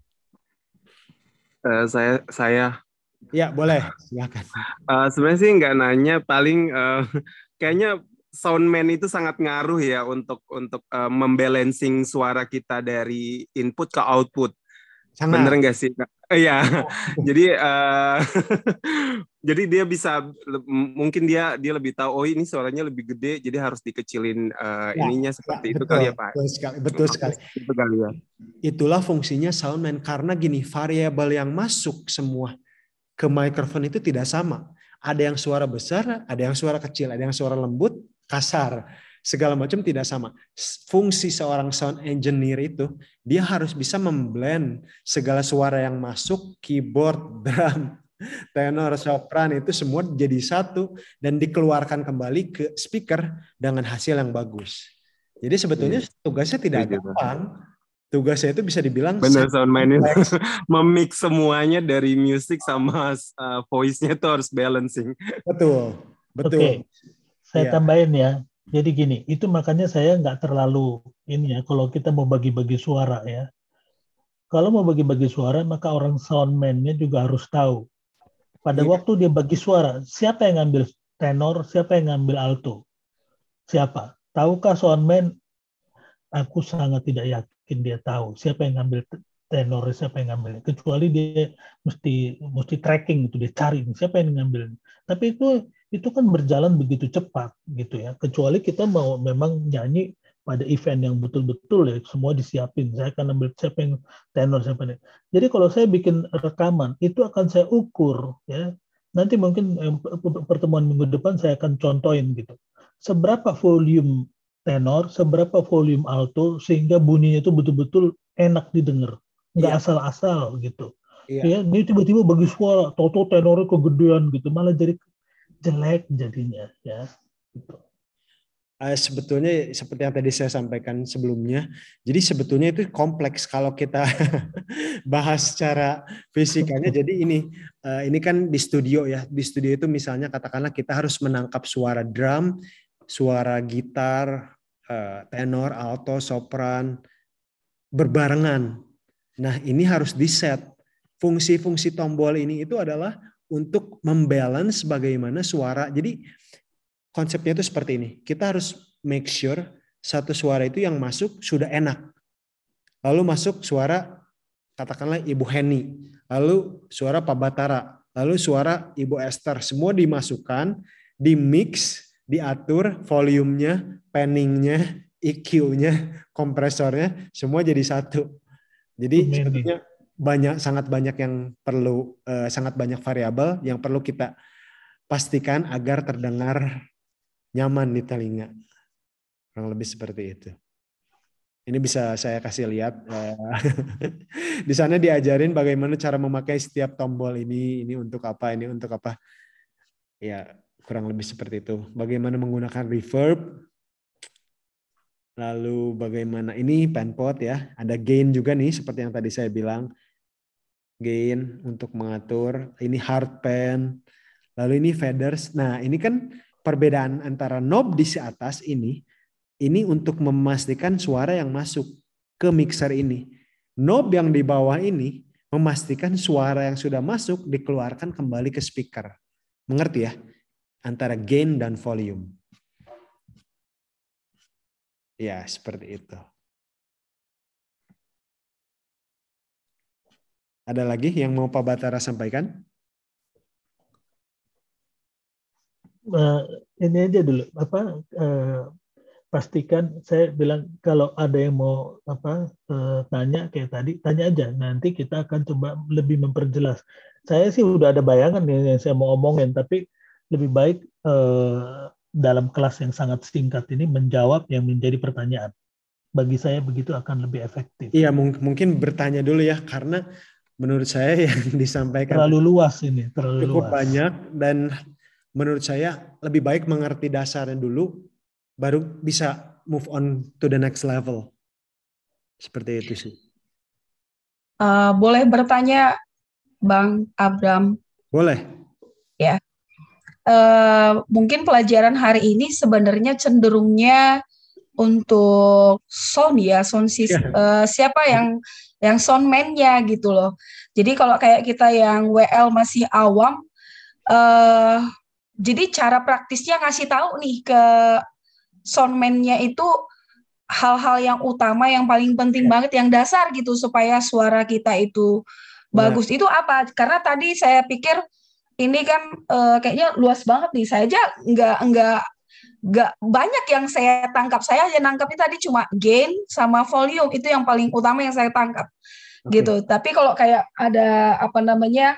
Uh, saya saya ya boleh silakan. Uh, sebenarnya sih nggak nanya, paling uh, kayaknya soundman itu sangat ngaruh ya untuk untuk uh, membalancing suara kita dari input ke output. Sangat. Bener nggak sih? Iya. Uh, jadi uh, jadi dia bisa mungkin dia dia lebih tahu oh ini suaranya lebih gede jadi harus dikecilin uh, ya, ininya seperti ya, itu betul, kali ya Pak. Betul sekali. Betul sekali. Itu kali ya. Itulah fungsinya soundman karena gini variabel yang masuk semua ke mikrofon itu tidak sama. Ada yang suara besar, ada yang suara kecil, ada yang suara lembut, kasar. Segala macam tidak sama. Fungsi seorang sound engineer itu, dia harus bisa memblend segala suara yang masuk, keyboard, drum, tenor, sopran, itu semua jadi satu dan dikeluarkan kembali ke speaker dengan hasil yang bagus. Jadi sebetulnya tugasnya tidak gampang. Tugasnya itu bisa dibilang benar, soundman itu memix semuanya dari musik sama uh, voice-nya itu harus balancing. Betul, betul. Oke, saya ya. tambahin ya. Jadi gini, itu makanya saya nggak terlalu ini ya, kalau kita mau bagi-bagi suara ya. Kalau mau bagi-bagi suara, maka orang soundman-nya juga harus tahu. Pada ya. waktu dia bagi suara, siapa yang ngambil tenor, siapa yang ngambil alto? Siapa? Tahukah soundman? Aku sangat tidak yakin dia tahu siapa yang ngambil tenor, siapa yang ngambil. Kecuali dia mesti mesti tracking itu, dia cari siapa yang ngambil. Tapi itu itu kan berjalan begitu cepat gitu ya. Kecuali kita mau memang nyanyi pada event yang betul-betul ya, semua disiapin. Saya akan ambil siapa yang tenor, siapa yang. Jadi kalau saya bikin rekaman, itu akan saya ukur ya. nanti mungkin eh, pertemuan minggu depan saya akan contohin gitu. Seberapa volume tenor, seberapa volume alto sehingga bunyinya itu betul-betul enak didengar, nggak Iya. asal-asal gitu. Iya. Ya, ini tiba-tiba bagi suara, toto tenornya kegedean gitu, malah jadi jelek jadinya ya. Gitu. Uh, sebetulnya seperti yang tadi saya sampaikan sebelumnya, jadi sebetulnya itu kompleks kalau kita bahas secara fisikanya. Jadi ini uh, ini kan di studio ya, di studio itu misalnya katakanlah kita harus menangkap suara drum, suara gitar, uh, tenor, alto, sopran berbarengan. Nah ini harus di set. Fungsi-fungsi tombol ini itu adalah untuk membalance bagaimana suara. Jadi konsepnya itu seperti ini. Kita harus make sure satu suara itu yang masuk sudah enak. Lalu masuk suara katakanlah Ibu Heni. Lalu suara Pak Batara. Lalu suara Ibu Esther. Semua dimasukkan, di mix, diatur volumenya, panningnya, E Q-nya, kompresornya. Semua jadi satu. Jadi Amazing. sebetulnya banyak, sangat banyak yang perlu, eh, sangat banyak variabel yang perlu kita pastikan agar terdengar nyaman di telinga. Kurang lebih seperti itu. Ini bisa saya kasih lihat. Di sana diajarin bagaimana cara memakai setiap tombol ini. Ini untuk apa, ini untuk apa. Ya, kurang lebih seperti itu. Bagaimana menggunakan reverb. Lalu bagaimana, ini penpot ya. Ada gain juga nih, seperti yang tadi saya bilang. Gain untuk mengatur. Ini hard pan. Lalu ini faders. Nah, ini kan perbedaan antara knob di atas ini, ini untuk memastikan suara yang masuk ke mixer ini. Knob yang di bawah ini memastikan suara yang sudah masuk dikeluarkan kembali ke speaker. Mengerti ya? Antara gain dan volume. Ya, seperti itu. Ada lagi yang mau Pak Batara sampaikan? Uh, ini aja dulu apa uh, pastikan saya bilang kalau ada yang mau apa uh, tanya kayak tadi tanya aja, nanti kita akan coba lebih memperjelas. Saya sih udah ada bayangan yang saya mau omongin, tapi lebih baik uh, dalam kelas yang sangat singkat ini menjawab yang menjadi pertanyaan. Bagi saya begitu akan lebih efektif. Iya, mungkin bertanya dulu ya, karena menurut saya yang disampaikan terlalu luas ini terlalu cukup luas. banyak, dan menurut saya lebih baik mengerti dasarnya dulu, baru bisa move on to the next level. Seperti itu sih. Uh, boleh bertanya, Bang Abram? Boleh. Ya. Uh, mungkin pelajaran hari ini sebenarnya cenderungnya untuk sound ya, sound system. Uh, siapa yang yang soundman-nya gitu loh. Jadi kalau kayak kita yang W L masih awam, uh, jadi cara praktisnya ngasih tahu nih ke soundman-nya itu hal-hal yang utama, yang paling penting banget, yang dasar gitu supaya suara kita itu bagus. Nah, itu apa? Karena tadi saya pikir ini kan uh, kayaknya luas banget nih. Saya aja nggak nggak nggak banyak yang saya tangkap. Saya aja nangkapnya tadi cuma gain sama volume, itu yang paling utama yang saya tangkap. Okay. Gitu. Tapi kalau kayak ada apa namanya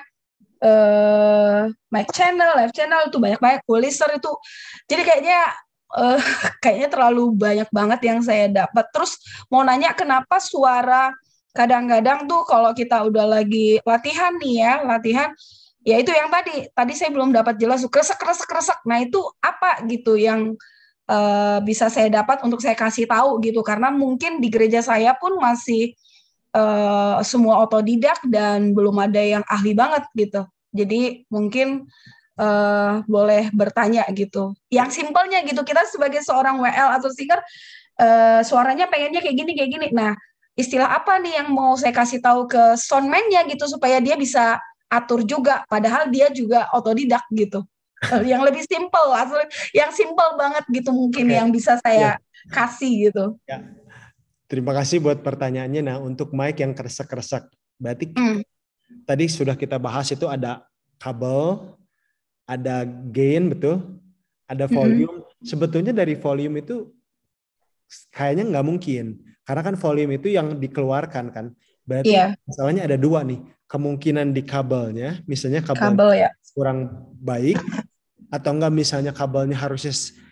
uh, mic channel, live channel itu banyak-banyak, equalizer itu. Jadi kayaknya uh, kayaknya terlalu banyak banget yang saya dapat. Terus mau nanya kenapa suara kadang-kadang tuh kalau kita udah lagi latihan nih ya, latihan ya itu yang tadi, tadi saya belum dapat jelas, kresek-kresek-kresek. Nah itu apa gitu yang uh, bisa saya dapat untuk saya kasih tahu gitu, karena mungkin di gereja saya pun masih uh, semua otodidak dan belum ada yang ahli banget gitu. Jadi mungkin uh, boleh bertanya gitu. Yang simpelnya gitu, kita sebagai seorang W L atau singer, uh, suaranya pengennya kayak gini, kayak gini. Nah istilah apa nih yang mau saya kasih tahu ke soundman-nya gitu, supaya dia bisa atur juga, padahal dia juga otodidak gitu. Yang lebih simple, yang simple banget gitu mungkin okay. Yang bisa saya yeah. kasih gitu. Ya. Terima kasih buat pertanyaannya. Nah, untuk mic yang kresek-kresek, berarti mm. tadi sudah kita bahas itu ada kabel, ada gain, betul, ada volume. Mm-hmm. Sebetulnya dari volume itu kayaknya nggak mungkin, karena kan volume itu yang dikeluarkan kan. Berarti yeah. masalahnya ada dua nih. Kemungkinan di kabelnya, misalnya kabel, kabel ya. kurang baik, atau enggak misalnya kabelnya harusnya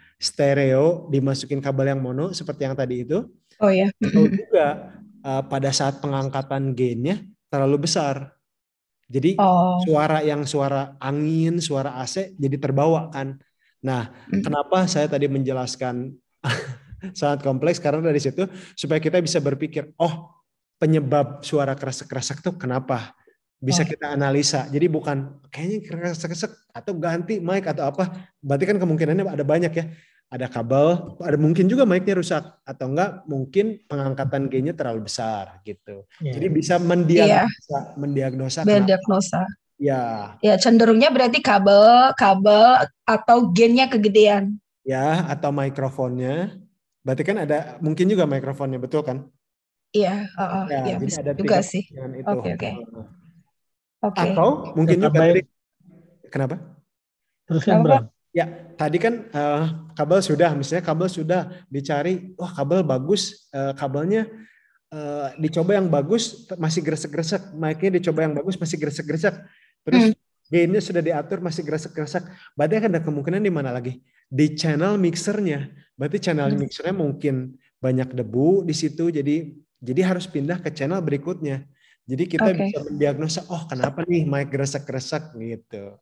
stereo dimasukin kabel yang mono seperti yang tadi itu. Oh ya. Atau juga uh, pada saat pengangkatan gainnya terlalu besar. Jadi Oh. suara yang suara angin, suara A C jadi terbawa kan. Nah, hmm. kenapa saya tadi menjelaskan sangat kompleks karena dari situ supaya kita bisa berpikir, oh penyebab suara kresek-kresek tuh kenapa? Bisa oh. kita analisa. Jadi bukan kayaknya kresek-kresek atau ganti mic atau apa. Berarti kan kemungkinannya ada banyak ya. Ada kabel, ada mungkin juga mic-nya rusak atau enggak mungkin pengangkatan gain-nya terlalu besar gitu. Yeah. Jadi bisa mendiagnosa, yeah. mendiagnosa. Mendiagnosa. Ya. Ya cenderungnya berarti kabel, kabel atau gain-nya kegedean. Ya, atau mikrofonnya. Berarti kan ada mungkin juga mikrofonnya, betul kan? Iya, uh, uh, ya, ya, jadi bisa ada juga sih. Oke, oke. Okay, okay. okay. Atau mungkin juga tadi, kenapa? Terus yang berapa? Ya, tadi kan uh, kabel sudah, misalnya kabel sudah dicari, wah kabel bagus, uh, kabelnya uh, dicoba yang bagus masih gresek-gresek, mic-nya dicoba yang bagus masih gresek-gresek, terus hmm. gain-nya sudah diatur masih gresek-gresek, berarti akan ada kemungkinan di mana lagi? Di channel mixernya, berarti channel hmm. mixernya mungkin banyak debu di situ, jadi jadi harus pindah ke channel berikutnya. Jadi kita okay. bisa mendiagnosa, oh kenapa nih mic gresek-gresek gitu.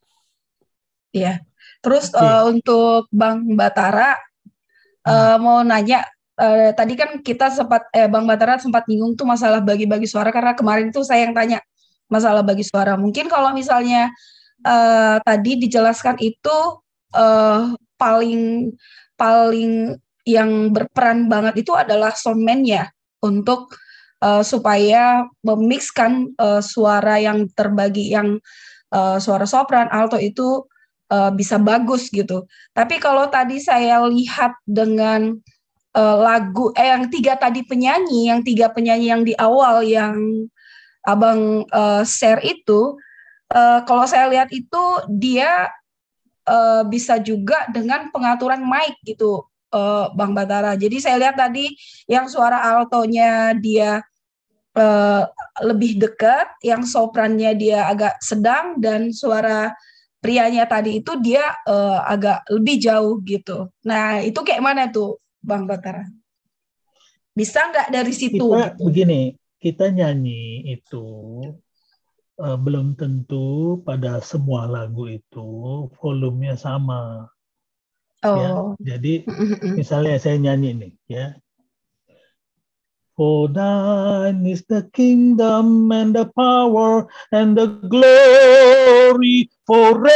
Iya. Terus okay. uh, untuk Bang Batara hmm. uh, mau nanya, uh, tadi kan kita sempat, eh, Bang Batara sempat nyinggung tuh masalah bagi-bagi suara karena kemarin tuh saya yang tanya masalah bagi suara. Mungkin kalau misalnya uh, tadi dijelaskan itu uh, paling paling yang berperan banget itu adalah soundman ya untuk uh, supaya memixkan uh, suara yang terbagi yang uh, suara sopran, alto itu Uh, bisa bagus gitu. Tapi kalau tadi saya lihat dengan uh, lagu eh yang tiga tadi penyanyi, yang tiga penyanyi yang di awal yang Abang uh, share itu, uh, kalau saya lihat itu dia uh, bisa juga dengan pengaturan mic gitu, uh, Bang Batara. Jadi saya lihat tadi yang suara altonya dia uh, lebih dekat, yang soprannya dia agak sedang, dan suara prianya tadi itu dia uh, agak lebih jauh gitu. Nah itu kayak mana tuh Bang Batara? Bisa nggak dari situ? Kita gitu? Begini, kita nyanyi itu uh, belum tentu pada semua lagu itu volumenya sama. Oh. Ya, jadi misalnya saya nyanyi nih, ya. For thine is the kingdom and the power and the glory forever.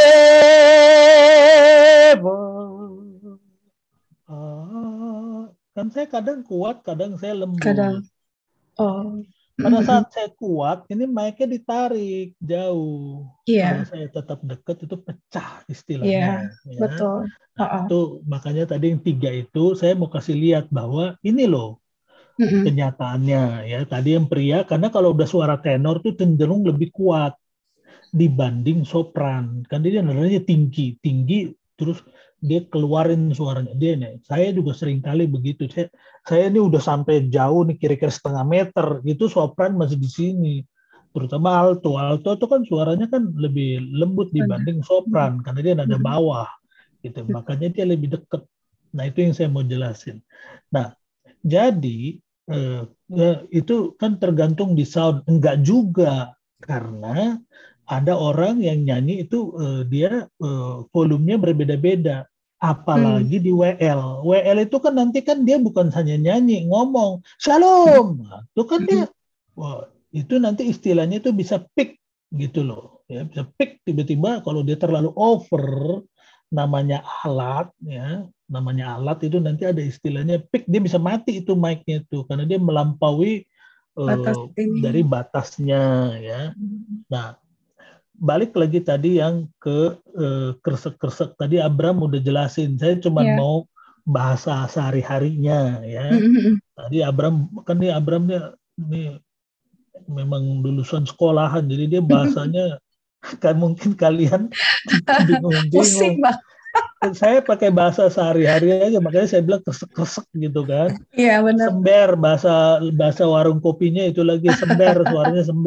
Ah, kan saya kadang kuat, kadang saya lembut. Kadang. Oh. Pada saat saya kuat, ini mic-nya ditarik jauh. Iya. Kalau saya tetap dekat itu pecah Iya, istilahnya. Ya. betul. Nah, uh-uh. Itu makanya tadi yang tiga itu saya mau kasih lihat bahwa ini loh. Mm-hmm. Kenyataannya ya tadi yang pria, karena kalau udah suara tenor tuh cenderung lebih kuat dibanding sopran, kan dia nadanya tinggi tinggi terus dia keluarin suaranya dia nih. Saya juga sering kali begitu, saya saya ini udah sampai jauh nih kira-kira setengah meter gitu, sopran masih di sini, terutama alto alto itu kan suaranya kan lebih lembut dibanding sopran karena dia nada bawah gitu, makanya dia lebih dekat. Nah itu yang saya mau jelasin. Nah jadi Uh, uh, itu kan tergantung di sound, enggak juga, karena ada orang yang nyanyi itu uh, dia uh, volumenya berbeda-beda, apalagi hmm. di W L. W L itu kan nanti kan dia bukan hanya nyanyi, ngomong shalom, nah, itu kan dia, wah, itu nanti istilahnya itu bisa peak gitu loh, ya bisa peak tiba-tiba kalau dia terlalu over, namanya alat ya. Namanya alat itu nanti ada istilahnya peak, dia bisa mati itu mic-nya itu karena dia melampaui Batas uh, dari batasnya ya. Nah, balik lagi tadi yang ke uh, kresek-kresek tadi Abram udah jelasin. Saya cuma yeah. mau bahasa sehari-harinya ya. Tadi Abram kan nih Abram dia ini memang lulusan sekolahan jadi dia bahasanya kan mungkin kalian bingung-bingung. Pusing, Bang. Saya pakai bahasa sehari-hari aja, makanya saya bilang kresek-kresek gitu kan. Iya benar. Sember, bahasa bahasa warung kopinya itu lagi sember, suaranya sember. P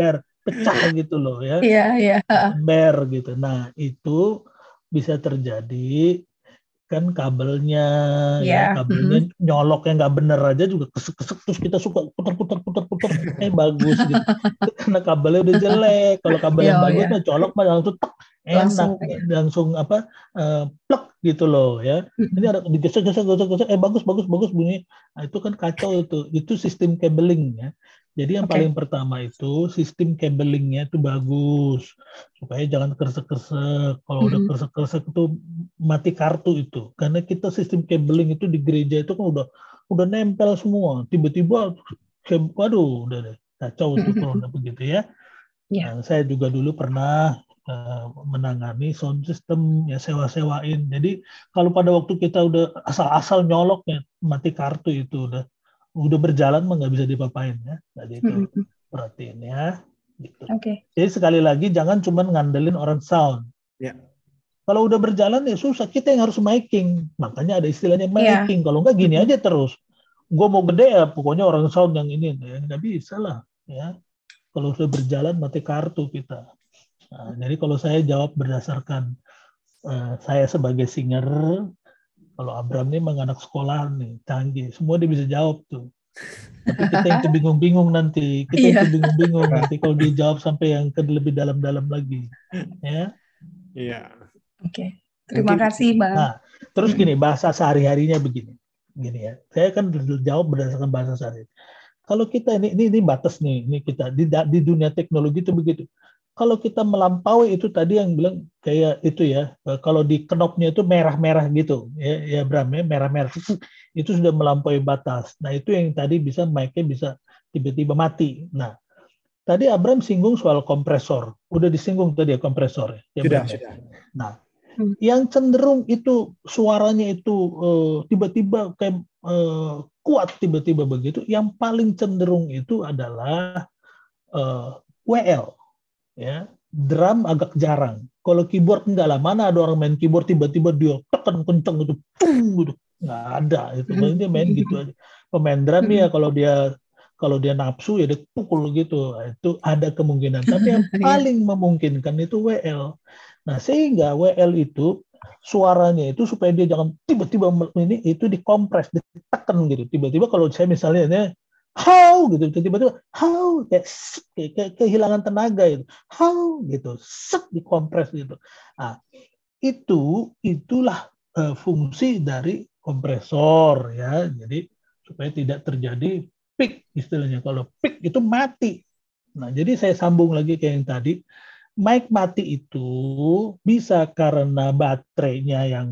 pecah gitu loh ya. Iya, iya. Ember gitu. Nah, itu bisa terjadi kan kabelnya Iya. ya kabelnya nyolok yang nggak bener aja juga kesek-kesek terus kita suka putar-putar putar-putar eh bagus gitu. Itu karena kabelnya udah jelek. Kalau kabel Iya, yang bagus iya. mah colok mah langsung tek, Langsung, enak iya. langsung apa uh, plek gitu loh ya. Ini ada digesek-gesek gesek-gesek eh bagus bagus bagus bunyi. Nah, itu kan kacau itu. Itu sistem cabling ya. Jadi yang Oke. paling pertama itu sistem cabelingnya itu bagus supaya jangan kersek-kersek. Kalau udah Mhm. kersek-kersek itu mati kartu itu. Karena kita sistem cabling itu di gereja itu kan udah udah nempel semua. Tiba-tiba ke- waduh udah deh kacau itu kalau udah begitu ya. Iya. Nah, saya juga dulu pernah uh, menangani sound system ya sewa-sewain. Jadi kalau pada waktu kita udah asal-asal nyolok ya mati kartu itu udah udah berjalan mah nggak bisa dipapain ya. Jadi itu Mhm. perhatiin ya. Gitu. Oke. Jadi sekali lagi jangan cuma ngandelin orang sound. Ya. Kalau udah berjalan ya susah, kita yang harus miking. Makanya ada istilahnya Iya. miking. Kalau nggak gini Mhm. aja terus. Gue mau gede ya, pokoknya orang sound yang ini. Ya, nggak bisa lah. Ya. Kalau sudah berjalan mati kartu kita. Nah, jadi kalau saya jawab berdasarkan uh, saya sebagai singer, kalau Abram ini memang anak sekolah nih, canggih. Semua dia bisa jawab tuh. Tapi kita yang kebingung-bingung nanti. Kita yang Iya. kebingung-bingung nanti kalau dia jawab sampai yang ke lebih dalam-dalam lagi. Ya. Iya. Oke. Terima Mungkin- kasih, Bang. Nah, terus gini, bahasa sehari-harinya begini. Gini ya. Saya kan jawab berdasarkan bahasa sehari. Kalau kita ini ini ini batas nih, ini kita di di dunia teknologi itu begitu. Kalau kita melampaui itu tadi yang bilang kayak itu ya, kalau di knopnya itu merah-merah gitu, ya, ya Bram ya, merah-merah itu, itu sudah melampaui batas. Nah itu yang tadi bisa mic-nya bisa tiba-tiba mati. Nah tadi Abram singgung soal kompresor, udah disinggung tadi ya kompresor ya. Sudah, Bram, ya? sudah. Nah Hmm. yang cenderung itu suaranya itu uh, tiba-tiba kayak uh, kuat tiba-tiba begitu, yang paling cenderung itu adalah uh, W L. Ya, drum agak jarang. Kalau keyboard enggak lah, mana ada orang main keyboard tiba-tiba dia tekan kenceng gitu, pung gitu, nggak ada. Itu paling dia main gitu aja. Pemain drum ya kalau dia kalau dia nafsu ya dia pukul gitu, itu ada kemungkinan. Tapi yang paling memungkinkan itu W L. Nah sehingga W L itu suaranya itu supaya dia jangan tiba-tiba ini itu dikompres, ditekan gitu. Tiba-tiba kalau saya misalnya ini how gitu tiba-tiba how kayak, kayak, kayak kehilangan tenaga itu how gitu set dikompres gitu. Nah, itu itulah uh, fungsi dari kompresor ya. Jadi supaya tidak terjadi peak istilahnya. Kalau peak itu mati. Nah, jadi saya sambung lagi kayak yang tadi. Mic mati itu bisa karena baterainya yang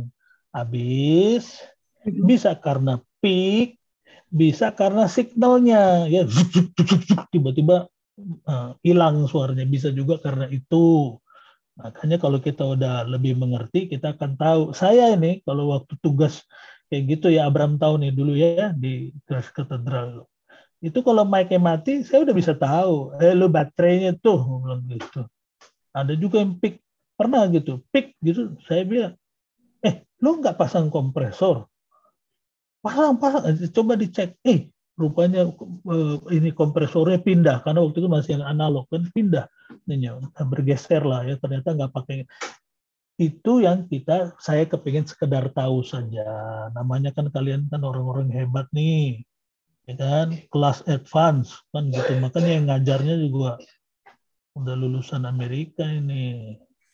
habis, bisa karena peak, bisa karena signalnya ya tiba-tiba uh, hilang suaranya, bisa juga karena itu. Makanya kalau kita udah lebih mengerti kita akan tahu. Saya ini kalau waktu tugas kayak gitu ya Abram tahu nih dulu ya di kelas katedral itu kalau mic-nya mati saya udah bisa tahu eh lu baterainya tuh bilang gitu. Ada juga yang peak pernah gitu peak gitu saya bilang eh lu nggak pasang kompresor. Pasang-pasang, coba dicek. Eh, rupanya uh, ini kompresornya pindah karena waktu itu masih yang analog kan pindah, ini bergeser lah ya. Ternyata nggak pakai. Itu yang kita saya kepingin sekedar tahu saja. Namanya kan kalian kan orang-orang hebat nih, ya kan? Kelas advance kan gitu. Makanya yang ngajarnya juga udah lulusan Amerika ini.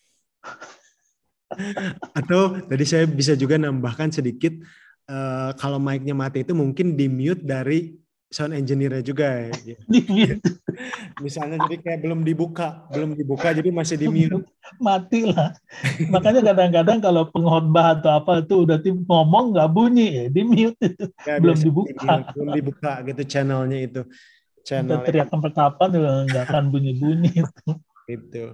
Atau tadi saya bisa juga nambahkan sedikit. Uh, kalau mic-nya mati itu mungkin di mute dari sound engineer-nya juga ya. Misalnya jadi kayak belum dibuka, belum dibuka jadi masih di mute. Mati lah. Makanya kadang-kadang kalau pengkhotbah atau apa itu udah tim ngomong nggak bunyi ya di mute itu. Ya, belum dibuka. Di mute, belum dibuka gitu channelnya itu. Channel teriak sampai kapan juga nggak akan bunyi-bunyi itu. Gitu.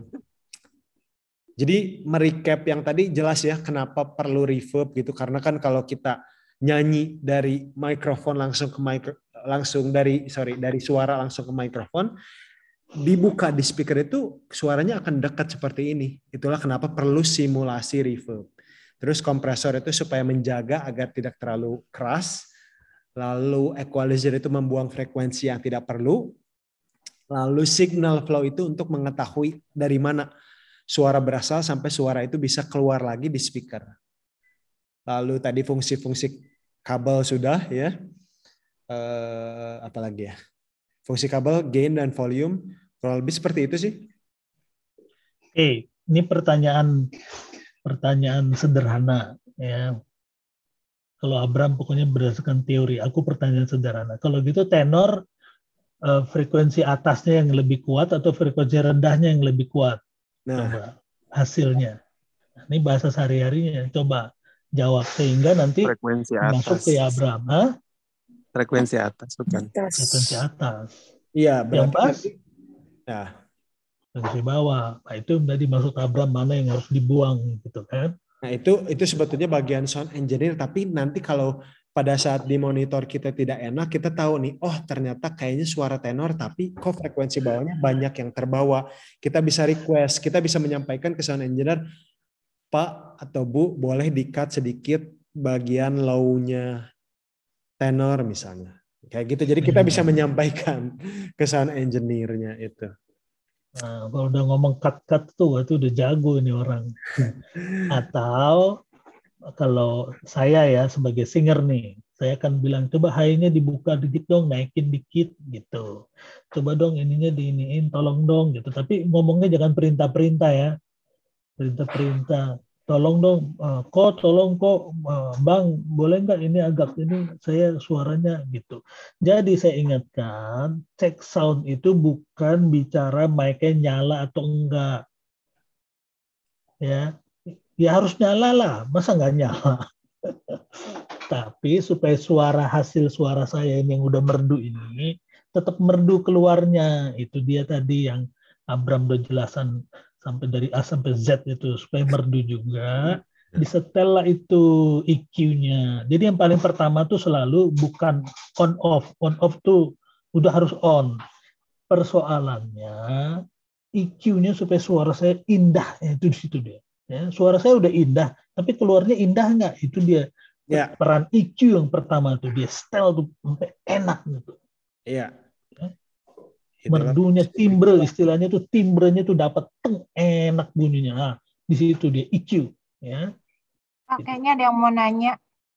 Jadi merecap yang tadi jelas ya kenapa perlu reverb gitu, karena kan kalau kita nyanyi dari mikrofon langsung ke mikro, langsung dari sorry dari suara langsung ke mikrofon, dibuka di speaker itu suaranya akan dekat seperti ini. Itulah kenapa perlu simulasi reverb. Terus kompresor itu supaya menjaga agar tidak terlalu keras. Lalu equalizer itu membuang frekuensi yang tidak perlu. Lalu signal flow itu untuk mengetahui dari mana suara berasal sampai suara itu bisa keluar lagi di speaker. Lalu tadi fungsi-fungsi kabel sudah ya. Eh, apalagi ya? Fungsi kabel, gain dan volume. Kurang lebih seperti itu sih. Oke, ini pertanyaan pertanyaan sederhana ya. Kalau Abram pokoknya berdasarkan teori, aku pertanyaan sederhana. Kalau gitu tenor uh, frekuensi atasnya yang lebih kuat atau frekuensi rendahnya yang lebih kuat? Nah, coba hasilnya. Nah, ini bahasa sehari-harinya. Coba jawab sehingga nanti frekuensi atas. Masuk ke Abram. Hah? Frekuensi atas bukan. Frekuensi atas. Iya, yang pas. Nah, frekuensi bawah. Nah, itu tadi masuk Abram mana yang harus dibuang gitu kan? Nah, itu itu sebetulnya bagian sound engineer, tapi nanti kalau pada saat di monitor kita tidak enak, kita tahu nih, oh ternyata kayaknya suara tenor, tapi kok frekuensi bawahnya banyak yang terbawa. Kita bisa request, kita bisa menyampaikan ke sound engineer, Pak atau Bu, boleh di-cut sedikit bagian low-nya tenor misalnya. Kayak gitu. Jadi kita bisa menyampaikan ke sound engineer-nya itu. Nah, kalau udah ngomong cut-cut tuh, itu udah jago ini orang. Atau kalau saya ya sebagai singer nih, saya akan bilang, coba high-nya dibuka dikit dong, naikin dikit gitu. Coba dong ininya diiniin, tolong dong gitu. Tapi ngomongnya jangan perintah-perintah ya. Perintah-perintah. Tolong dong, uh, kok tolong kok uh, Bang, boleh nggak ini agak ini saya suaranya gitu. Jadi saya ingatkan, cek sound itu bukan bicara mic-nya nyala atau enggak. Ya, ya harus nyala lah, masa nggak nyala. Tapi supaya suara hasil suara saya ini yang udah merdu ini tetap merdu keluarnya. Itu dia tadi yang Abram udah jelasan sampai dari A sampai Z itu supaya merdu juga. Disetel lah itu E Q-nya. Jadi yang paling pertama tuh selalu bukan on off. On off tuh udah harus on. Persoalannya E Q-nya supaya suara saya indah, itu di situ dia. Ya, suara saya udah indah, tapi keluarnya indah nggak? Itu dia. Ya. Peran E Q yang pertama tuh dia setel tuh sampai enak gitu. Iya. Merdunya timbre, istilahnya tuh timbrenya tuh dapat enak bunyinya. Nah, di situ dia E Q ya. Kayaknya ada yang mau nanya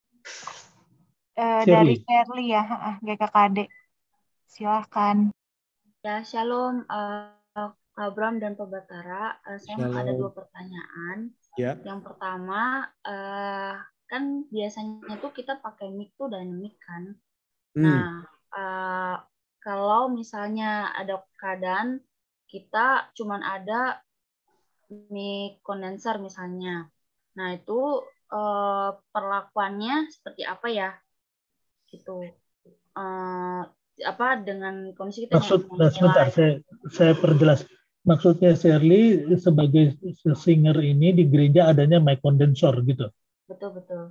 uh, dari Shirley ya, G K K D. Silahkan. Ya, shalom uh, Abram dan Pak Batara. Uh, saya shalom. Ada dua pertanyaan. Ya. Yang pertama, uh, kan biasanya tuh kita pakai mic tuh dynamic kan. Hmm. Nah, uh, kalau misalnya ada keadaan kita cuman ada mic kondenser misalnya. Nah, itu eh, perlakuannya seperti apa ya? Gitu. Eh, apa dengan kondisi kita Maksud, yang sebentar, saya, saya perjelas. Maksudnya Shirley sebagai singer ini di gereja adanya mic kondensor gitu? Betul, betul.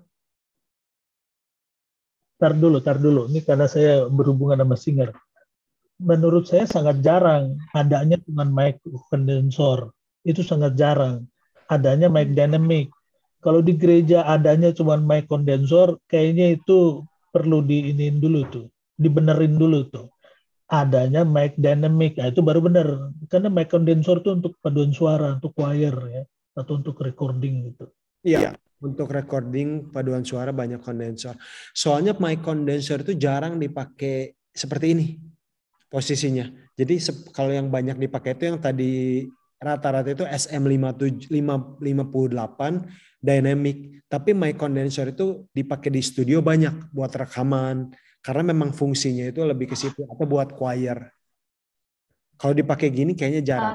Tar dulu, tar dulu. Ini karena saya berhubungan sama singer. Menurut saya sangat jarang adanya cuma mic kondensor. Itu sangat jarang. Adanya mic dynamic. Kalau di gereja adanya cuma mic kondensor, kayaknya itu perlu diinin dulu tuh. Dibenerin dulu tuh. Adanya mic dynamic. Nah, itu baru benar. Karena mic kondensor itu untuk paduan suara, untuk choir ya. Atau untuk recording gitu. Iya. Untuk recording paduan suara banyak kondensor. Soalnya mic kondensor itu jarang dipakai seperti ini. Posisinya. Jadi kalau yang banyak dipakai itu yang tadi rata-rata itu S M lima puluh delapan dynamic. Tapi mic condenser itu dipakai di studio banyak buat rekaman. Karena memang fungsinya itu lebih ke situ. Atau buat choir. Kalau dipakai gini kayaknya jarang.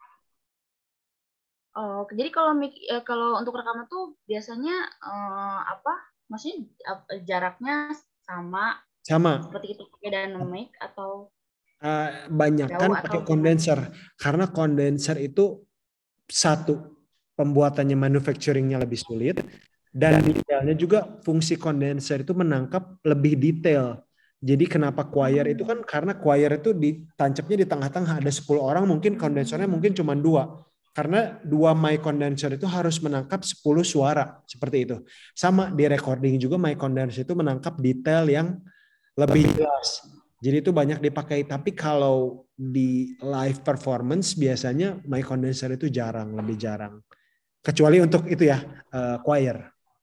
Oh, jadi kalau kalau untuk rekaman tuh biasanya uh, apa? Maksudnya jaraknya sama? Sama. Seperti itu pakai dynamic atau? Uh, banyak kan pakai kondenser karena kondenser itu satu pembuatannya manufacturingnya lebih sulit dan detailnya juga fungsi kondenser itu menangkap lebih detail. Jadi kenapa choir itu kan karena choir itu ditancapnya di tengah-tengah ada sepuluh orang mungkin kondensernya mungkin cuma dua karena dua mic condenser itu harus menangkap sepuluh suara seperti itu. Sama di recording juga mic condenser itu menangkap detail yang lebih jelas. Jadi itu banyak dipakai. Tapi kalau di live performance biasanya mic condenser itu jarang, lebih jarang. Kecuali untuk itu ya, uh, choir.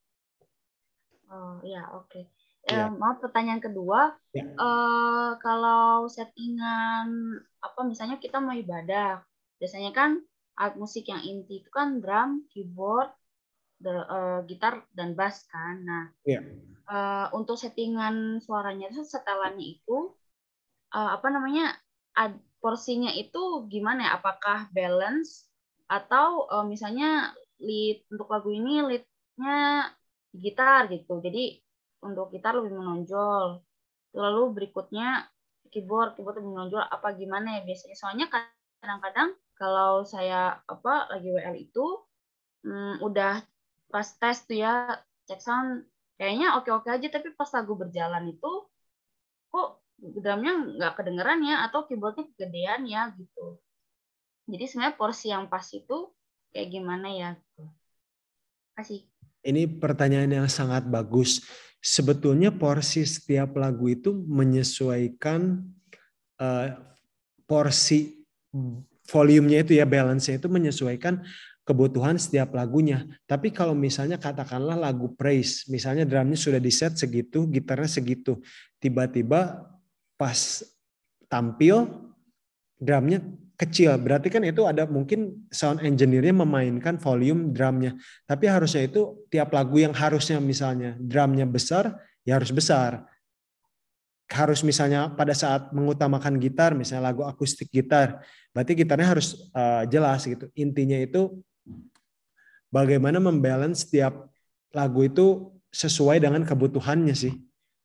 Oh ya, oke. Okay. Ya. Eh, maaf, pertanyaan kedua, ya. eh, kalau settingan apa misalnya kita mau ibadah, biasanya kan alat musik yang inti itu kan drum, keyboard, the, uh, gitar dan bass kan. Nah, ya. uh, untuk settingan suaranya itu setelannya itu uh, apa namanya ad, porsinya itu gimana ya? Apakah balance atau uh, misalnya lead untuk lagu ini leadnya gitar gitu. Jadi untuk gitar lebih menonjol. Lalu berikutnya keyboard, keyboard lebih menonjol apa gimana ya biasanya. Soalnya kadang-kadang kalau saya apa lagi W L itu hmm, udah pas tes tuh ya cek sound kayaknya oke-oke aja, tapi pas lagu berjalan itu kok drumnya nggak kedengeran ya atau keyboardnya kegedean ya gitu. Jadi sebenarnya porsi yang pas itu kayak gimana ya gitu. Kasih. Ini pertanyaan yang sangat bagus. Sebetulnya porsi setiap lagu itu menyesuaikan uh, porsi volumenya itu ya, balance-nya itu menyesuaikan kebutuhan setiap lagunya. Tapi kalau misalnya katakanlah lagu praise, misalnya drumnya sudah di set segitu, gitarnya segitu, tiba-tiba pas tampil drumnya kecil, berarti kan itu ada mungkin sound engineer-nya memainkan volume drumnya. Tapi harusnya itu tiap lagu yang harusnya misalnya drumnya besar, ya harus besar. Harus misalnya pada saat mengutamakan gitar, misalnya lagu akustik gitar, berarti gitarnya harus uh, jelas gitu. Intinya itu bagaimana membalance setiap lagu itu sesuai dengan kebutuhannya sih.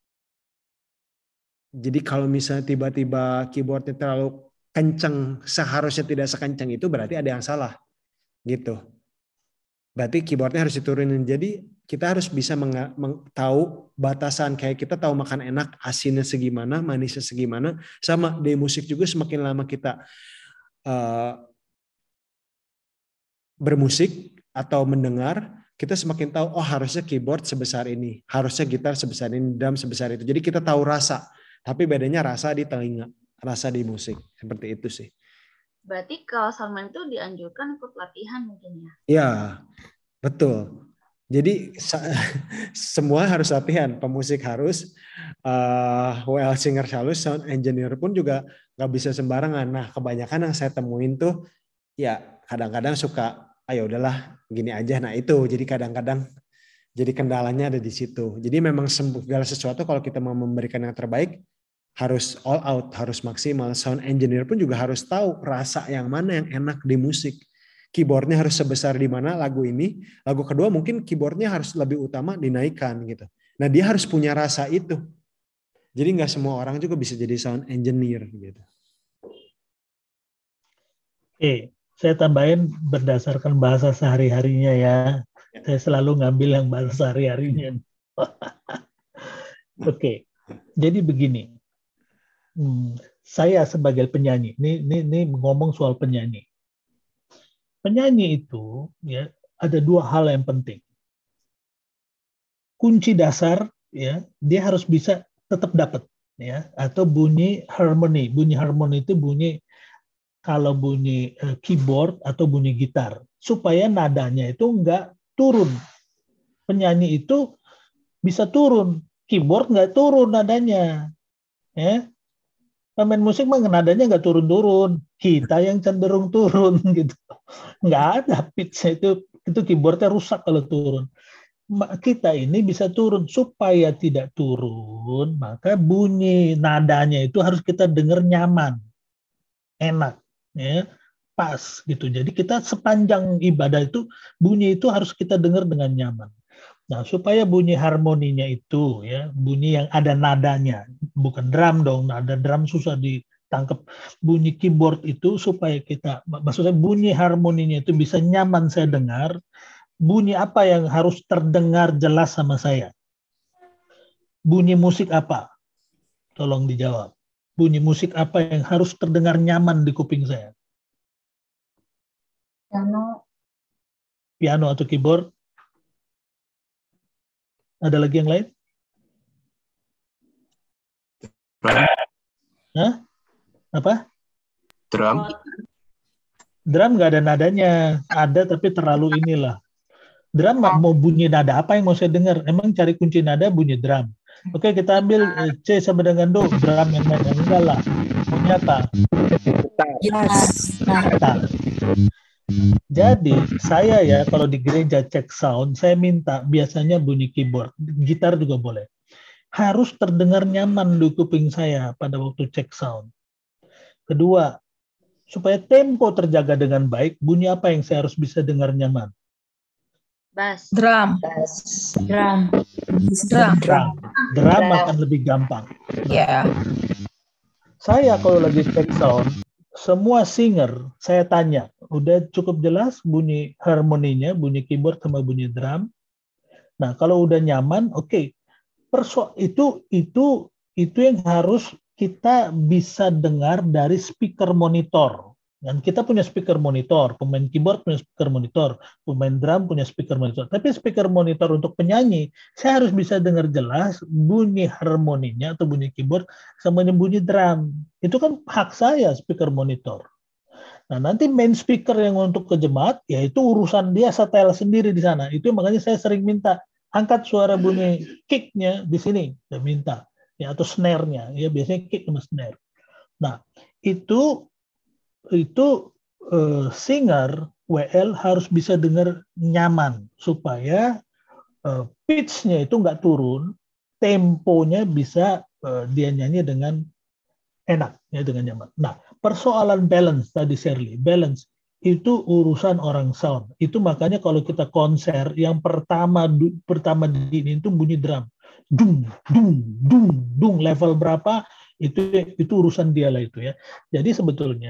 Jadi kalau misalnya tiba-tiba keyboardnya terlalu kenceng, seharusnya tidak sekencang itu, berarti ada yang salah gitu. Berarti keyboardnya harus diturunin. Jadi kita harus bisa meng- meng- tahu batasan, kayak kita tahu makan enak asinnya segimana, manisnya segimana. Sama di musik juga, semakin lama kita uh, bermusik atau mendengar, kita semakin tahu oh harusnya keyboard sebesar ini, harusnya gitar sebesar ini, drum sebesar itu. Jadi kita tahu rasa, tapi bedanya rasa di telinga, rasa di musik. Seperti itu sih. Berarti kalau Salman itu dianjurkan ikut latihan mungkin ya? Ya, betul. Jadi semua harus latihan, pemusik harus, uh, W L singer harus, sound engineer pun juga nggak bisa sembarangan. Nah, kebanyakan yang saya temuin tuh, ya kadang-kadang suka, ayo udahlah gini aja. Nah itu, jadi kadang-kadang jadi kendalanya ada di situ. Jadi memang segala sesuatu kalau kita mau memberikan yang terbaik, harus all out, harus maksimal. Sound engineer pun juga harus tahu rasa yang mana yang enak di musik. Keyboardnya harus sebesar di mana lagu ini. Lagu kedua mungkin keyboardnya harus lebih utama dinaikkan gitu. Nah dia harus punya rasa itu. Jadi nggak semua orang juga bisa jadi sound engineer gitu. Oke, saya tambahin berdasarkan bahasa sehari-harinya ya. Saya selalu ngambil yang bahasa sehari-harinya. Oke, jadi begini. Hmm, saya sebagai penyanyi, ini, ini, ini ngomong soal penyanyi. Penyanyi itu ya ada dua hal yang penting. Kunci dasar ya, dia harus bisa tetap dapat ya, atau bunyi harmoni. Bunyi harmoni itu bunyi kalau bunyi uh, keyboard atau bunyi gitar, supaya nadanya itu enggak turun. Penyanyi itu bisa turun, keyboard enggak turun nadanya. Ya. Pemain musik mah nadanya nggak turun-turun, kita yang cenderung turun gitu. Nggak ada pitch itu, itu keyboardnya rusak kalau turun. Kita ini bisa turun, supaya tidak turun, maka bunyi nadanya itu harus kita dengar nyaman, enak, ya, pas gitu. Jadi kita sepanjang ibadah itu bunyi itu harus kita dengar dengan nyaman. Nah, supaya bunyi harmoninya itu ya, bunyi yang ada nadanya, bukan drum dong, nada drum susah ditangkap. Bunyi keyboard itu supaya kita, maksudnya bunyi harmoninya itu bisa nyaman saya dengar, bunyi apa yang harus terdengar jelas sama saya? Bunyi musik apa? Tolong dijawab. Bunyi musik apa yang harus terdengar nyaman di kuping saya? Piano. Piano atau keyboard? Ada lagi yang lain? Hah? Apa? Drum. Drum nggak ada nadanya, ada tapi terlalu inilah. Drum mau bunyi nada apa yang mau saya dengar? Emang cari kunci nada bunyi drum. Oke, kita ambil uh, C sama dengan do, drum yang main yang enggak lah. Bunyi apa? Yes. Gitar. Jadi saya ya kalau di gereja cek sound, saya minta biasanya bunyi keyboard, gitar juga boleh. Harus terdengar nyaman di kuping saya pada waktu cek sound. Kedua, supaya tempo terjaga dengan baik, bunyi apa yang saya harus bisa dengar nyaman? Bass. Drum. Drum. Drum. Drum. Drum akan lebih gampang. Ya. Saya kalau lagi cek sound, semua singer saya tanya, udah cukup jelas bunyi harmoninya, bunyi keyboard sama bunyi drum. Nah, kalau udah nyaman, oke. Okay. Perso itu itu itu yang harus kita bisa dengar dari speaker monitor. Dan kita punya speaker monitor, pemain keyboard punya speaker monitor, pemain drum punya speaker monitor. Tapi speaker monitor untuk penyanyi, saya harus bisa dengar jelas bunyi harmoninya atau bunyi keyboard sama bunyi drum. Itu kan hak saya speaker monitor. Nah, nanti main speaker yang untuk ke jemaat, ya itu urusan dia setel sendiri di sana. Itu makanya saya sering minta, angkat suara bunyi kick-nya di sini, saya minta. Ya, atau snare-nya, ya biasanya kick sama snare. Nah, itu itu uh, singer W L harus bisa dengar nyaman supaya uh, pitch-nya itu nggak turun, temponya bisa uh, dia nyanyi dengan enak, ya dengan nyaman. Nah, persoalan balance tadi Shirley, balance itu urusan orang sound. Itu makanya kalau kita konser yang pertama du, pertama di ini itu bunyi drum, dung dung dung dung level berapa itu itu urusan dia lah itu ya. Jadi sebetulnya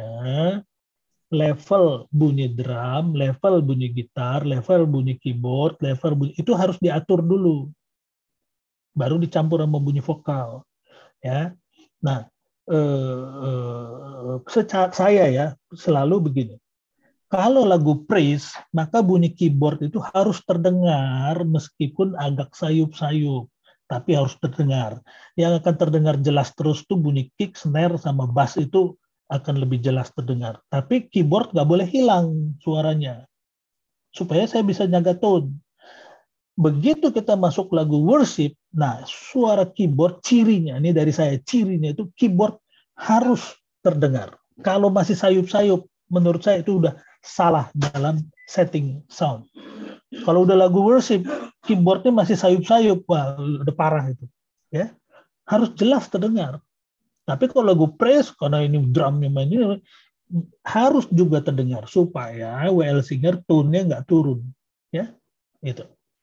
level bunyi drum, level bunyi gitar, level bunyi keyboard, level bunyi itu harus diatur dulu, baru dicampur sama bunyi vokal, ya. Nah, eh, eh, secara saya ya selalu begini. Kalau lagu praise, maka bunyi keyboard itu harus terdengar meskipun agak sayup-sayup, tapi harus terdengar. Yang akan terdengar jelas terus tuh bunyi kick, snare, sama bass itu akan lebih jelas terdengar. Tapi keyboard nggak boleh hilang suaranya, supaya saya bisa jaga tone. Begitu kita masuk lagu worship, nah suara keyboard cirinya, ini dari saya, cirinya itu keyboard harus terdengar. Kalau masih sayup-sayup, menurut saya itu udah salah dalam setting sound. Kalau udah lagu worship, keyboardnya masih sayup-sayup, wah udah parah itu. Ya, harus jelas terdengar. Tapi kalau lagu praise, karena ini drumnya mainnya, harus juga terdengar supaya W L Singer tone-nya nggak turun. Ya, itu.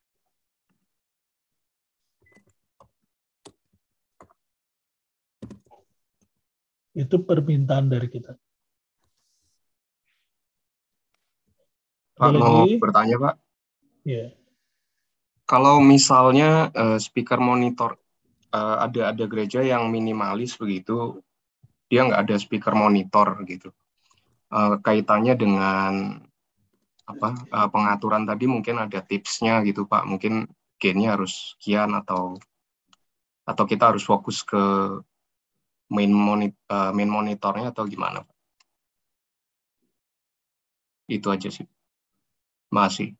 Itu permintaan dari kita. Pak, mau bertanya, Pak? Iya. Yeah. Kalau misalnya uh, speaker monitor, uh, ada ada gereja yang minimalis begitu, dia nggak ada speaker monitor gitu. Uh, kaitannya dengan apa uh, pengaturan tadi mungkin ada tipsnya gitu, Pak. Mungkin gain-nya harus sekian atau atau kita harus fokus ke main monitor uh, main monitornya atau gimana, Pak? Itu aja sih. Masih.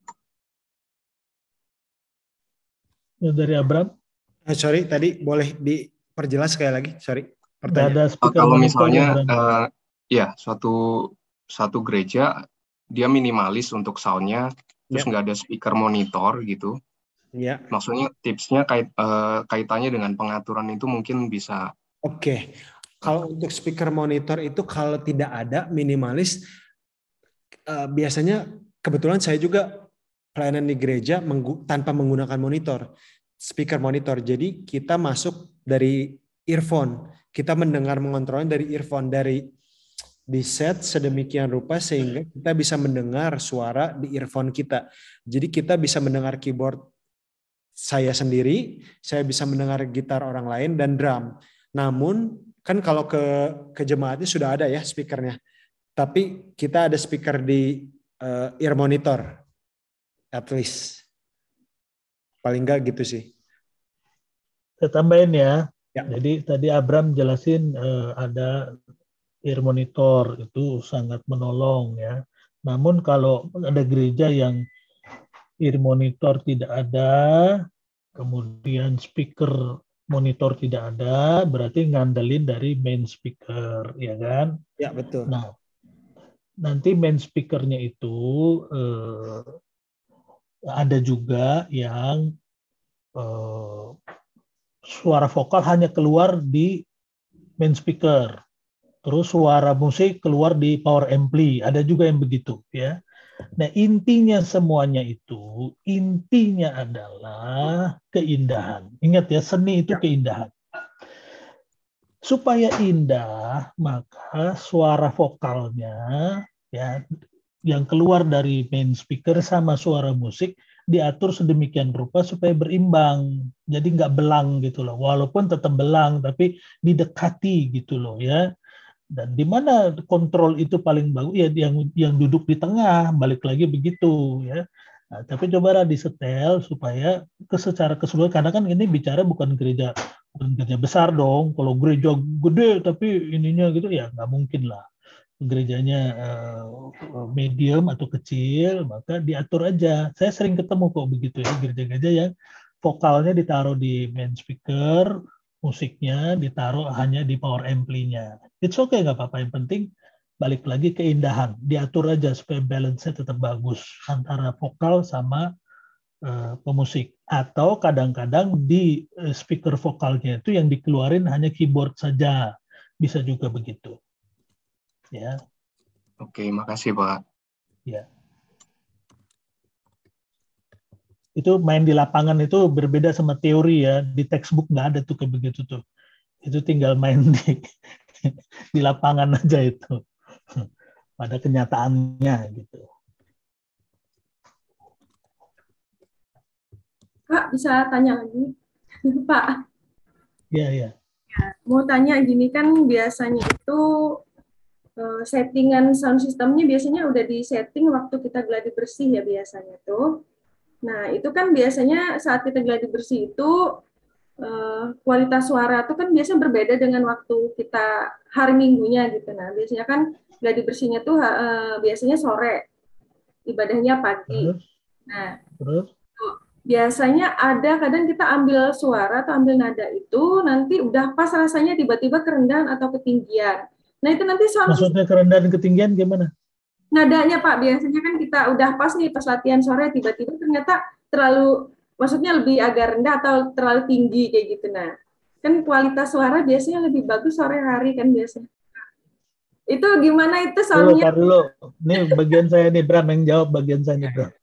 Dari Abram? Eh, sorry, tadi boleh diperjelas sekali lagi. Sorry, pertanyaan. Uh, kalau misalnya, uh, ya suatu satu gereja dia minimalis untuk soundnya, terus nggak yep. ada speaker monitor gitu. Ya. Yep. Maksudnya tipsnya kait uh, kaitannya dengan pengaturan itu mungkin bisa. Oke, okay. Kalau untuk speaker monitor itu kalau tidak ada minimalis, uh, biasanya kebetulan saya juga pelayanan di gereja menggu- tanpa menggunakan monitor, speaker monitor. Jadi kita masuk dari earphone, kita mendengar mengontrolnya dari earphone, dari di set sedemikian rupa sehingga kita bisa mendengar suara di earphone kita. Jadi kita bisa mendengar keyboard saya sendiri, saya bisa mendengar gitar orang lain dan drum. Namun kan kalau ke ke jemaatnya sudah ada ya speakernya, tapi kita ada speaker di uh, ear monitor. At least. Paling enggak gitu sih. Saya tambahin ya. Ya. Jadi tadi Abram jelasin uh, ada ear monitor itu sangat menolong ya. Namun kalau ada gereja yang ear monitor tidak ada, kemudian speaker monitor tidak ada, berarti ngandelin dari main speaker, ya kan? Ya, betul. Nah, nanti main speakernya itu eh, ada juga yang eh, suara vokal hanya keluar di main speaker, terus suara musik keluar di power ampli, ada juga yang begitu, ya. Nah, intinya semuanya itu, intinya adalah keindahan. Ingat ya, seni itu keindahan. Supaya indah, maka suara vokalnya ya yang keluar dari main speaker sama suara musik diatur sedemikian rupa supaya berimbang. Jadi nggak belang gitu loh. Walaupun tetap belang, tapi didekati gitu loh ya. Dan di mana kontrol itu paling bagus ya yang yang duduk di tengah, balik lagi begitu ya. Nah, tapi cobalah disetel supaya ke secara keseluruhan, karena kan ini bicara bukan gereja bukan gereja besar dong. Kalau gereja gede tapi ininya gitu ya nggak mungkin lah. Gerejanya uh, medium atau kecil, maka diatur aja. Saya sering ketemu kok begitu ya, gereja-gereja yang vokalnya ditaruh di main speaker, musiknya ditaruh hanya di power ampli-nya. It's okay, nggak apa-apa. Yang penting balik lagi keindahan. Diatur aja supaya balance-nya tetap bagus antara vokal sama uh, pemusik. Atau kadang-kadang di uh, speaker vokalnya itu yang dikeluarin hanya keyboard saja. Bisa juga begitu. Ya. Oke, makasih Pak. Ya. Itu main di lapangan itu berbeda sama teori ya. Di textbook nggak ada tuh kayak begitu tuh. Itu tinggal main di di lapangan aja itu. Pada kenyataannya gitu. Kak, bisa tanya lagi? Pak. Iya, iya. Ya, mau tanya gini kan biasanya itu settingan sound systemnya biasanya udah di setting waktu kita gladi bersih ya biasanya tuh. Nah itu kan biasanya saat kita gladi bersih itu kualitas suara itu kan biasanya berbeda dengan waktu kita hari minggunya gitu. Nah biasanya kan gladi bersihnya tuh biasanya sore, ibadahnya pagi. Nah terus biasanya ada kadang kita ambil suara atau ambil nada itu nanti udah pas rasanya tiba-tiba kerendahan atau ketinggian. Nah itu nanti sound maksudnya kerendahan ketinggian gimana? Nadanya Pak, biasanya kan kita udah pas nih pas latihan sore tiba-tiba ternyata terlalu, maksudnya lebih agak rendah atau terlalu tinggi kayak gitu. Nah, kan kualitas suara biasanya lebih bagus sore hari kan biasanya. Itu gimana itu soundnya? Dulu, dulu. Nih bagian saya nih Bram yang jawab bagian saya nih Bram.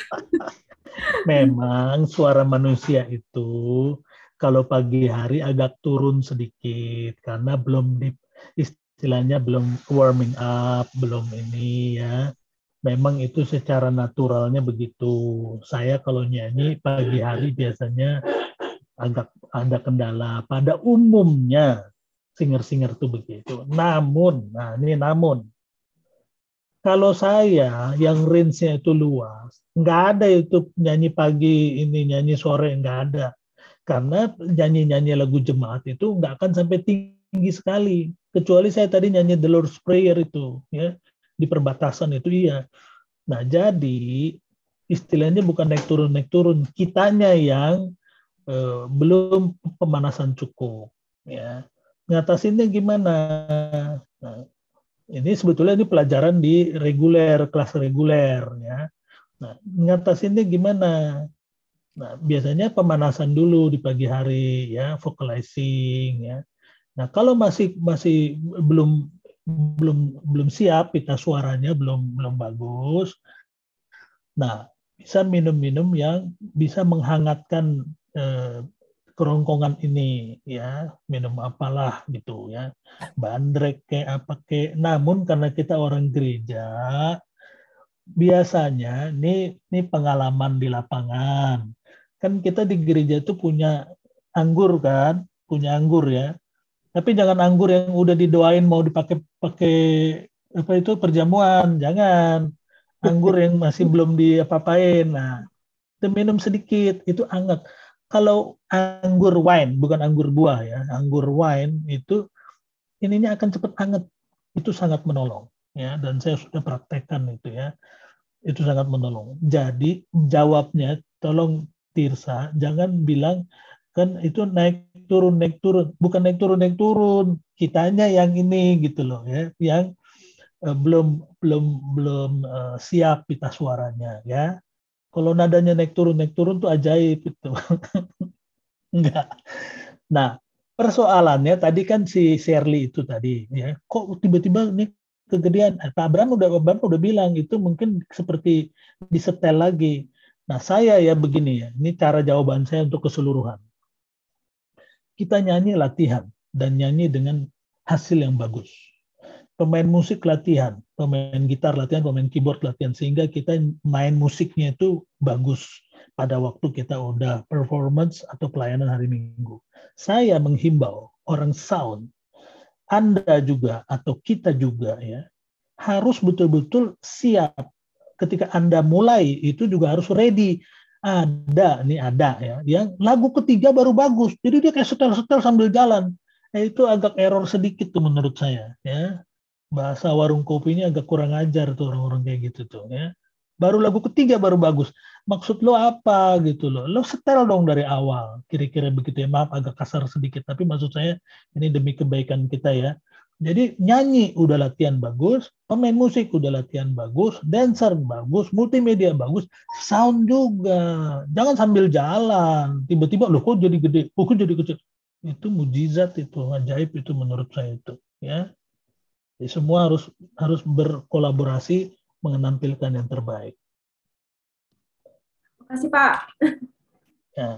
Memang suara manusia itu kalau pagi hari agak turun sedikit karena belum di istilahnya belum warming up, belum ini ya. Memang itu secara naturalnya begitu. Saya kalau nyanyi pagi hari biasanya agak ada kendala. Pada umumnya singer-singer itu begitu. Namun, nah ini namun, kalau saya yang range-nya itu luas, nggak ada itu nyanyi pagi ini nyanyi sore, nggak ada. Karena nyanyi-nyanyi lagu jemaat itu nggak akan sampai tinggi sekali. Kecuali saya tadi nyanyi The Lord's Prayer itu, ya di perbatasan itu iya. Nah jadi istilahnya bukan naik turun naik turun, kitanya yang eh, belum pemanasan cukup. Ya, ngatasinnya gimana? Nah, ini sebetulnya ini pelajaran di reguler, kelas reguler, ya. Nah, ngatasinnya gimana? Nah, biasanya pemanasan dulu di pagi hari, ya, vocalizing, ya. Nah, kalau masih masih belum belum belum siap pita suaranya belum belum bagus. Nah, bisa minum-minum yang bisa menghangatkan eh, kerongkongan ini ya, minum apalah gitu ya. Bandrek kayak apa kayak. Namun karena kita orang gereja, biasanya ini ini pengalaman di lapangan. Kan kita di gereja itu punya anggur kan, punya anggur ya. Tapi jangan anggur yang udah didoain mau dipakai pakai apa itu perjamuan, jangan. Anggur yang masih belum diapa-apain. Nah, itu minum sedikit, itu anget. Kalau anggur wine, bukan anggur buah ya, anggur wine itu ininya akan cepat anget. Itu sangat menolong ya, dan saya sudah praktekkan itu ya. Itu sangat menolong. Jadi jawabnya tolong Tirsa jangan bilang kan itu naik turun naik turun, bukan naik turun naik turun. Kitanya yang ini gitu loh ya, yang uh, belum belum belum uh, siap pita suaranya ya. Kalau nadanya naik turun naik turun tuh ajaib itu. Enggak. Nah, persoalannya tadi kan si Shirley itu tadi ya, kok tiba-tiba nih kegedean. Pak Abraham udah Abraham udah bilang itu mungkin seperti disetel lagi. Nah, saya ya begini ya, ini cara jawaban saya untuk keseluruhan. Kita nyanyi latihan dan nyanyi dengan hasil yang bagus. Pemain musik latihan, pemain gitar latihan, pemain keyboard latihan, sehingga kita main musiknya itu bagus pada waktu kita udah performance atau pelayanan hari Minggu. Saya menghimbau orang sound, Anda juga atau kita juga ya, harus betul-betul siap. Ketika Anda mulai, itu juga harus ready. Ada, nih ada ya, yang lagu ketiga baru bagus, jadi dia kayak setel-setel sambil jalan. Nah, itu agak error sedikit tuh menurut saya ya. Bahasa warung kopinya agak kurang ajar tuh orang-orang kayak gitu tuh ya. Baru lagu ketiga baru bagus. Maksud lo apa gitu loh? Lo setel dong dari awal. Kira-kira begitu ya. Maaf agak kasar sedikit, tapi maksud saya ini demi kebaikan kita ya. Jadi nyanyi udah latihan bagus, pemain musik udah latihan bagus, dancer bagus, multimedia bagus, sound juga. Jangan sambil jalan, tiba-tiba lo kok jadi gede, kok jadi kecil. Itu mujizat itu, ajaib itu menurut saya itu ya. Jadi semua harus harus berkolaborasi menampilkan yang terbaik. Terima kasih Pak. Ya.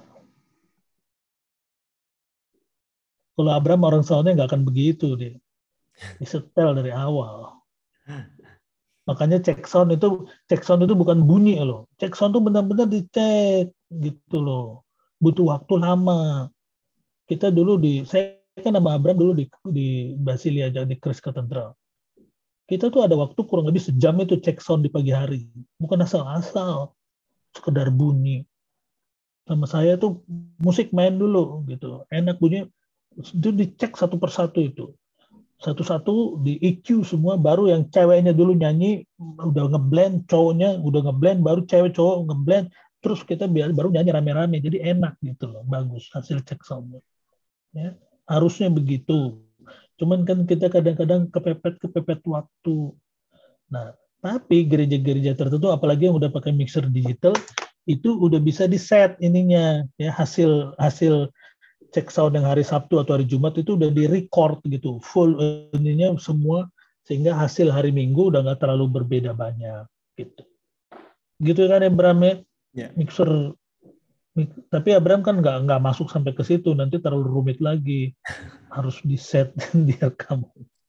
Kalau Abraham orang soundnya nggak akan begitu dia, disetel dari awal. Makanya cek sound itu cek sound itu bukan bunyi loh, cek sound itu benar-benar dicek gitu loh, butuh waktu lama. Kita dulu di saya kan sama Abraham dulu di di Basilia di Kris Katedral. Kita tuh ada waktu kurang lebih sejam itu cek sound di pagi hari. Bukan asal-asal, sekedar bunyi. Sama saya tuh musik main dulu gitu. Enak bunyi, itu dicek satu persatu itu. Satu-satu di E Q semua, baru yang ceweknya dulu nyanyi, udah ngeblend, cowoknya udah ngeblend, baru cewek cowok ngeblend, terus kita baru nyanyi rame-rame. Jadi enak gitu loh, bagus hasil cek soundnya. Ya, harusnya begitu. Cuman kan kita kadang-kadang kepepet-kepepet waktu. Nah, tapi gereja-gereja tertentu, apalagi yang udah pakai mixer digital, itu udah bisa di-set ininya, ya hasil hasil cek sound yang hari Sabtu atau hari Jumat itu udah di-record gitu, full ininya semua, sehingga hasil hari Minggu udah nggak terlalu berbeda banyak gitu. Gitu kan ya Bram ya? Yeah. Mixer. Tapi Abraham kan nggak nggak masuk sampai ke situ, nanti terlalu rumit lagi, harus di set dan direkam.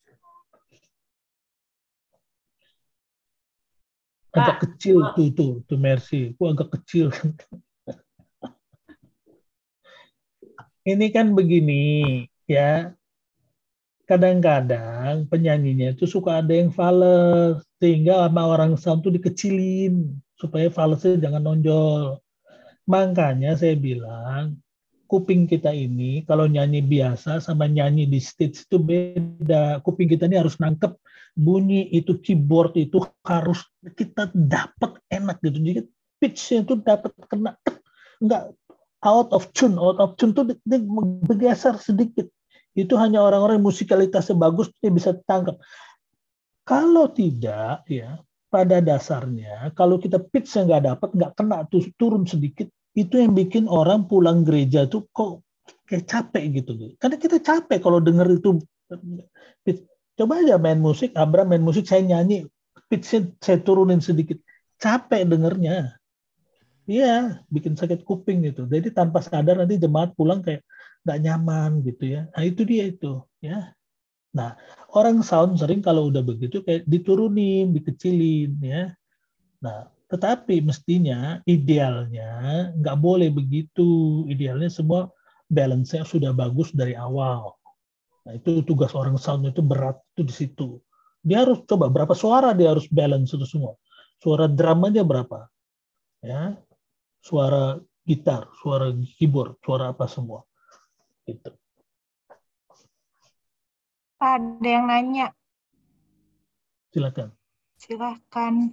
Agak Pak, kecil oh. tuh tuh tuh Mercy, aku agak kecil. Ini kan begini ya, kadang-kadang penyanyinya itu suka ada yang fals, sehingga sama orang sound tuh dikecilin supaya falsnya jangan nonjol. Makanya saya bilang, kuping kita ini kalau nyanyi biasa sama nyanyi di stage itu beda. Kuping kita ini harus nangkep bunyi itu, keyboard itu harus kita dapat enak gitu. Jadi pitch-nya itu dapat kena, enggak out of tune. Out of tune tuh bergeser sedikit. Itu hanya orang-orang yang musikalitasnya bagus dia bisa tangkap. Kalau tidak ya, pada dasarnya kalau kita pitch-nya nggak dapat, nggak kena tuh turun sedikit, itu yang bikin orang pulang gereja tuh kok kayak capek gitu. Karena kita capek kalau denger itu. Coba aja main musik, Abraham main musik, saya nyanyi, pitch-nya saya turunin sedikit. Capek dengernya. Iya, bikin sakit kuping gitu. Jadi tanpa sadar nanti jemaat pulang kayak nggak nyaman gitu ya. Nah itu dia itu. Ya. Nah orang sound sering kalau udah begitu kayak diturunin, dikecilin ya. Nah tetapi mestinya idealnya nggak boleh begitu. Idealnya semua balance-nya sudah bagus dari awal. Nah itu tugas orang sound itu berat itu di situ. Dia harus coba berapa suara dia harus balance itu semua. Suara drum aja berapa, ya, suara gitar, suara keyboard, suara apa semua. Gitu. Ada yang nanya. Silakan. Silakan.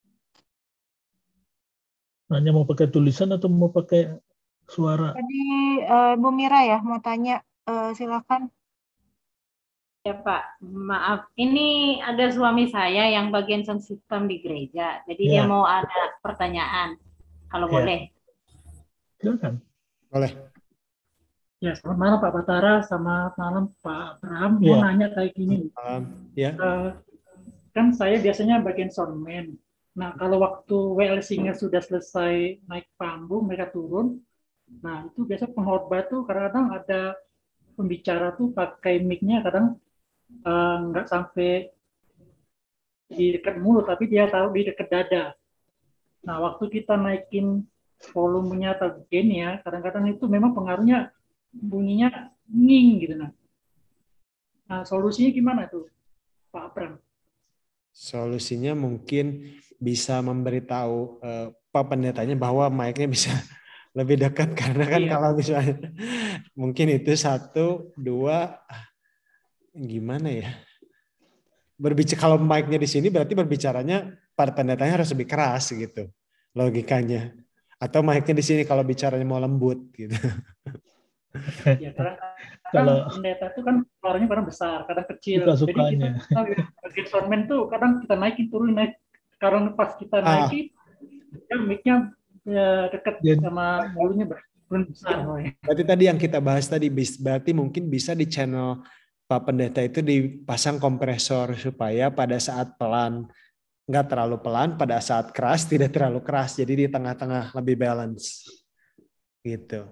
Nanya mau pakai tulisan atau mau pakai suara? Tadi uh, Bu Mira ya mau tanya, uh, silakan. Ya Pak, maaf. Ini ada suami saya yang bagian sound system di gereja. Jadi Ya. dia mau ada pertanyaan, kalau Ya. boleh. Silakan. Boleh. Ya, selamat malam Pak Batara, selamat malam Pak Bram. Ya. Mau nanya kayak gini. Um, ya. Uh, kan saya biasanya bagian soundman. Nah, kalau waktu W L Singer sudah selesai naik panggung, mereka turun. Nah, itu biasa pengkhotbah tuh kadang-kadang ada pembicara tuh pakai mic-nya kadang uh, nggak sampai di dekat mulut, tapi dia taruh di dekat dada. Nah, waktu kita naikin volumenya atau gain-nya, kadang-kadang itu memang pengaruhnya bunyinya nging gitu. Nah, nah solusinya gimana tuh, Pak Bram? Solusinya mungkin bisa memberitahu uh, Pak Pendetanya bahwa mic-nya bisa lebih dekat, karena kan iya. Kalau misalnya mungkin itu satu, dua, gimana ya? Berbicara kalau mic-nya di sini berarti berbicaranya Pak Pendetanya harus lebih keras gitu logikanya. Atau mic-nya di sini kalau bicaranya mau lembut gitu. Ya, karena kalau pendeta itu kan suaranya kadang besar, kadang kecil. Jadi kita bagian soundman tuh kadang kita naikin turun naik. Karena pas kita naikin, ah. mic-nya ya, dekat ya. Sama mulutnya besar. Berarti tadi yang kita bahas tadi, berarti mungkin bisa di channel Pak Pendeta itu dipasang kompresor supaya pada saat pelan nggak terlalu pelan, pada saat keras tidak terlalu keras. Jadi di tengah-tengah lebih balance. Gitu.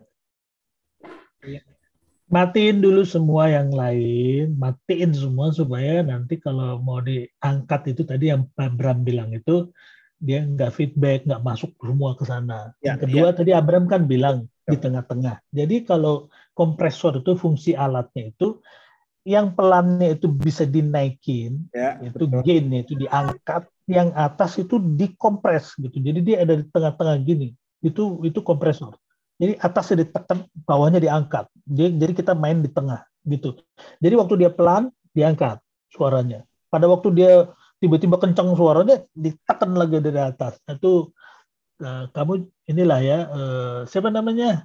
Matiin dulu semua yang lain, matiin semua supaya nanti kalau mau diangkat itu tadi yang Pak Bram bilang itu dia nggak feedback, nggak masuk semua ke sana. Ya, yang kedua ya. Tadi Abram kan bilang ya. Di tengah-tengah. Jadi kalau kompresor itu fungsi alatnya itu yang pelannya itu bisa dinaikin, ya, itu gainnya itu diangkat, yang atas itu dikompres gitu. Jadi dia ada di tengah-tengah gini. Itu itu kompresor. Jadi atasnya ditekan, bawahnya diangkat. Jadi, jadi kita main di tengah gitu. Jadi waktu dia pelan, diangkat suaranya. Pada waktu dia tiba-tiba kencang suaranya, ditekan lagi dari atas. Itu uh, kamu inilah ya, uh, siapa namanya?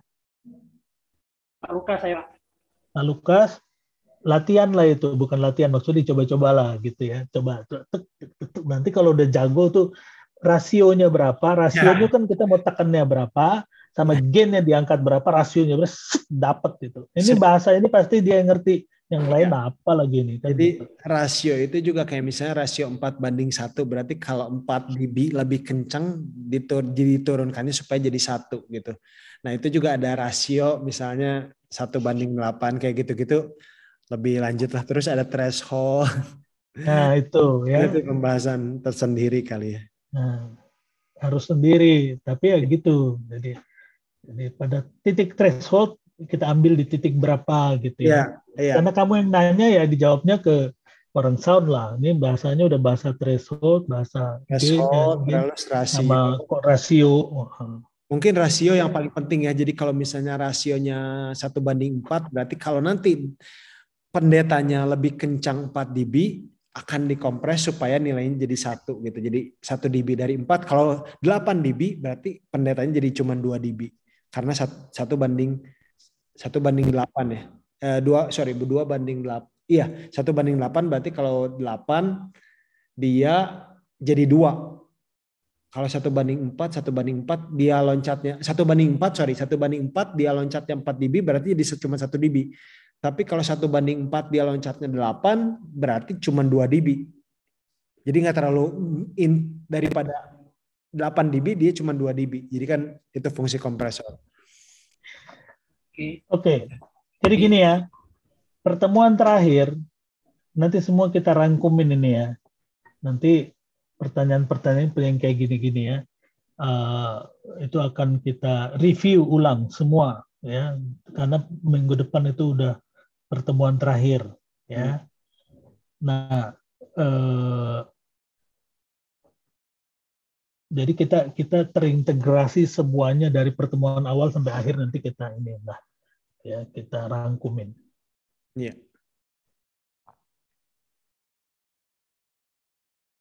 Pak Lukas saya. Pak Lukas, latihan lah itu, bukan latihan maksudnya dicoba-cobalah gitu ya. Coba nanti kalau udah jago tuh rasionya berapa? Rasionya ya. Kan kita mau tekannya berapa? Sama gainnya diangkat berapa, rasionya berapa, dapat gitu. Ini bahasa ini pasti dia ngerti, yang lain ya. Apa lagi nih. Kan jadi gitu. Rasio itu juga kayak misalnya rasio empat banding satu, berarti kalau empat dB lebih kencang ditur, diturunkannya supaya jadi satu gitu. Nah itu juga ada rasio misalnya satu banding delapan kayak gitu-gitu, lebih lanjut lah. Terus ada threshold. Nah itu ya. Itu pembahasan tersendiri kali ya. Nah, harus sendiri, tapi ya gitu. Jadi Jadi pada titik threshold kita ambil di titik berapa gitu ya. ya, ya. Karena kamu yang nanya ya dijawabnya ke orang sound lah. Ini bahasanya udah bahasa threshold, bahasa threshold, gain, rasio. sama rasio. Mungkin rasio yang paling penting ya. Jadi kalau misalnya rasionya satu banding empat, berarti kalau nanti pendetanya lebih kencang empat dB, akan dikompres supaya nilainya jadi satu gitu. Jadi satu dB dari empat. Kalau delapan dB berarti pendetanya jadi cuma dua dB. Karena satu banding satu banding delapan ya, eh, dua sorry dua banding delapan, iya satu banding delapan berarti kalau delapan dia jadi dua. Kalau satu banding empat, satu banding empat dia loncatnya satu banding empat sorry satu banding empat dia loncatnya empat dB berarti jadi cuma satu dB. Tapi kalau satu banding empat dia loncatnya delapan berarti cuma dua dB. Jadi nggak terlalu in, daripada delapan dB dia cuma dua dB. Jadi kan itu fungsi kompresor. Oke. Okay. Jadi gini ya. Pertemuan terakhir nanti semua kita rangkumin ini ya. Nanti pertanyaan-pertanyaan yang kayak gini-gini ya. Uh, itu akan kita review ulang semua ya. Karena minggu depan itu udah pertemuan terakhir ya. Hmm. Nah, uh, jadi kita kita terintegrasi semuanya dari pertemuan awal sampai akhir nanti kita ini lah ya kita rangkumin. Iya.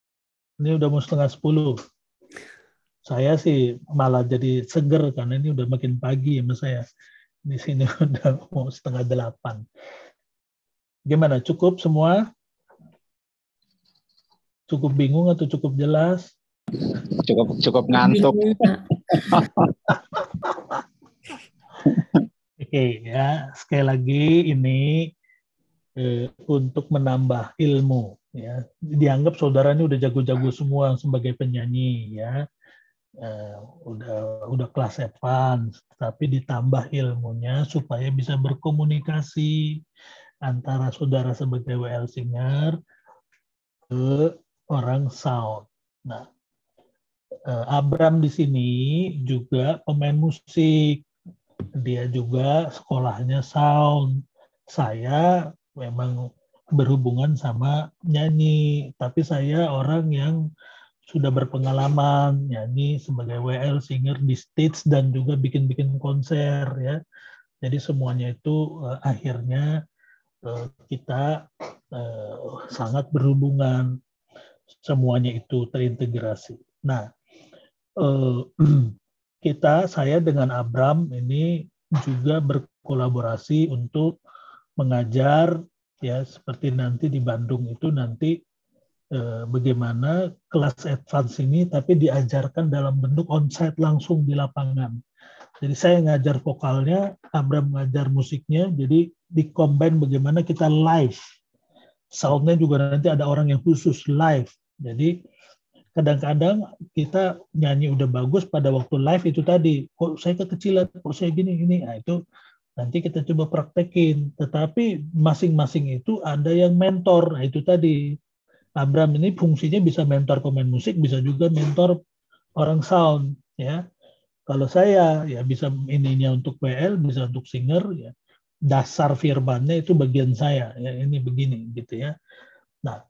Ini udah mau setengah sepuluh. Saya sih malah jadi seger karena ini udah makin pagi ya mas saya. Di sini udah mau setengah delapan. Gimana? Cukup semua? Cukup bingung atau cukup jelas? Cukup cukup ngantuk. Oke ya, sekali lagi ini eh, untuk menambah ilmu ya. Dianggap saudara ini udah jago-jago semua sebagai penyanyi ya. Eh, udah udah kelas advance, tapi ditambah ilmunya supaya bisa berkomunikasi antara saudara sebagai W L singer ke orang sound. Nah, eh, Abram di sini juga pemain musik. Dia juga sekolahnya sound. Saya memang berhubungan sama nyanyi, tapi saya orang yang sudah berpengalaman nyanyi sebagai W L singer di stage dan juga bikin-bikin konser ya. Jadi semuanya itu uh, akhirnya uh, kita uh, sangat berhubungan, semuanya itu terintegrasi. Nah, uh, kita, saya dengan Abram ini juga berkolaborasi untuk mengajar ya seperti nanti di Bandung itu nanti eh, bagaimana kelas advance ini tapi diajarkan dalam bentuk onsite langsung di lapangan. Jadi saya ngajar vokalnya, Abram ngajar musiknya, jadi di-combine bagaimana kita live. Soundnya juga nanti ada orang yang khusus live. Jadi kadang-kadang kita nyanyi udah bagus pada waktu live itu tadi, kok saya kekecilan, kok saya gini gini, nah itu nanti kita coba praktekin. Tetapi masing-masing itu ada yang mentor, nah itu tadi Abram ini fungsinya bisa mentor pemain musik, bisa juga mentor orang sound, ya. Kalau saya ya bisa ininya untuk W L, bisa untuk singer, ya. Dasar firmannya itu bagian saya, ya ini begini gitu ya. Nah.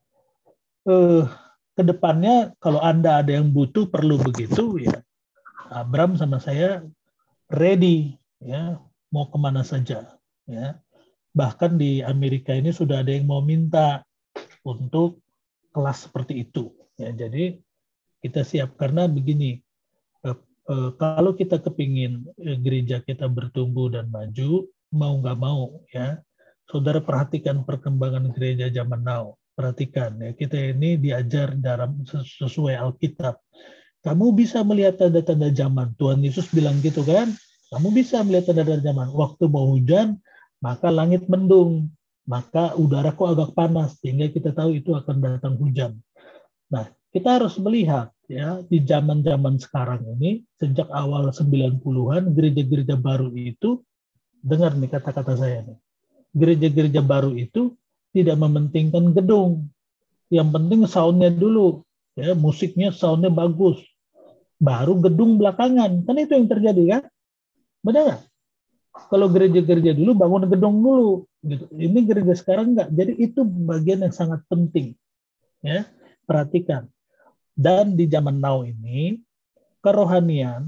Eh, Kedepannya kalau Anda ada yang butuh perlu begitu ya Abram sama saya ready ya mau kemana saja ya, bahkan di Amerika ini sudah ada yang mau minta untuk kelas seperti itu ya. Jadi kita siap karena begini, eh, eh, kalau kita kepingin eh, gereja kita bertumbuh dan maju, mau nggak mau ya saudara perhatikan perkembangan gereja zaman now. Perhatikan ya, kita ini diajar dalam sesuai Alkitab. Kamu bisa melihat tanda-tanda zaman. Tuhan Yesus bilang gitu kan? Kamu bisa melihat tanda-tanda zaman. Waktu mau hujan, maka langit mendung, maka udara kok agak panas sehingga kita tahu itu akan datang hujan. Nah, kita harus melihat ya di zaman-zaman sekarang ini sejak awal sembilan puluhan gereja-gereja baru itu, dengar nih kata-kata saya nih. Gereja-gereja baru itu tidak mementingkan gedung. Yang penting soundnya dulu. Ya, musiknya soundnya bagus. Baru gedung belakangan. Kan itu yang terjadi kan? Benar nggak? Kalau gereja-gereja dulu bangun gedung dulu. Gitu. Ini gereja sekarang nggak. Jadi itu bagian yang sangat penting. Ya, perhatikan. Dan di zaman now ini, kerohanian,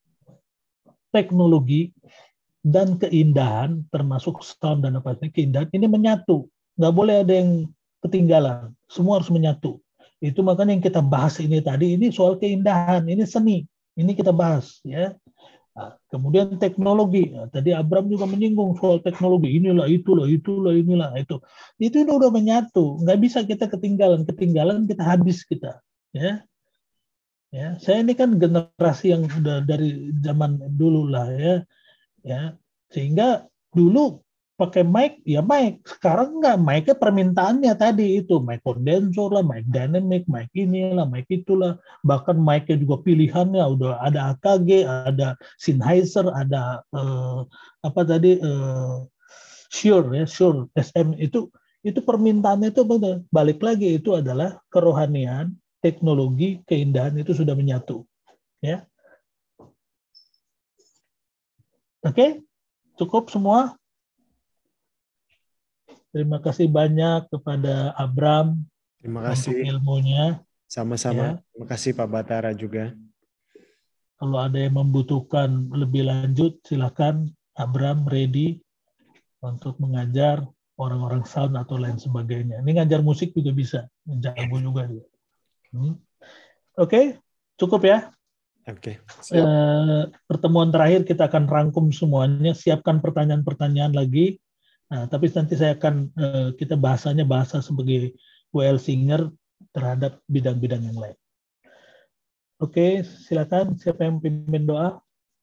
teknologi, dan keindahan, termasuk sound dan apa keindahan, ini menyatu. Nggak boleh ada yang ketinggalan, semua harus menyatu. Itu makanya yang kita bahas ini tadi, ini soal keindahan, ini seni, ini kita bahas ya. Nah, kemudian teknologi, nah, tadi Abram juga menyinggung soal teknologi, inilah itulah itulah inilah itu, itu ini udah menyatu, nggak bisa kita ketinggalan, ketinggalan kita habis kita, ya. Ya, saya ini kan generasi yang udah dari zaman dulu lah ya, ya, sehingga dulu pakai mic, ya mic. Sekarang enggak, mic-nya permintaannya tadi itu. Mic kondensor lah, mic dynamic, mic inilah, mic itulah. Bahkan mic-nya juga pilihannya. Udah ada A K G, ada Sennheiser, ada eh, apa tadi, eh, Shure, ya, Shure, S M. Itu itu permintaannya itu benar. Balik lagi, itu adalah kerohanian, teknologi, keindahan itu sudah menyatu. Ya. Oke, cukup semua? Terima kasih banyak kepada Abram. Terima kasih untuk ilmunya. Sama-sama. Ya. Terima kasih Pak Batara juga. Kalau ada yang membutuhkan lebih lanjut, silakan Abram ready untuk mengajar orang-orang sound atau lain sebagainya. Ini ngajar musik juga bisa, jago juga dia. Hmm. Oke, cukup ya. Oke. Eh, pertemuan terakhir kita akan rangkum semuanya, siapkan pertanyaan-pertanyaan lagi. Nah, tapi nanti saya akan eh, kita bahasanya bahasa sebagai W L Singer terhadap bidang-bidang yang lain. Oke, silakan siapa yang pimpin doa?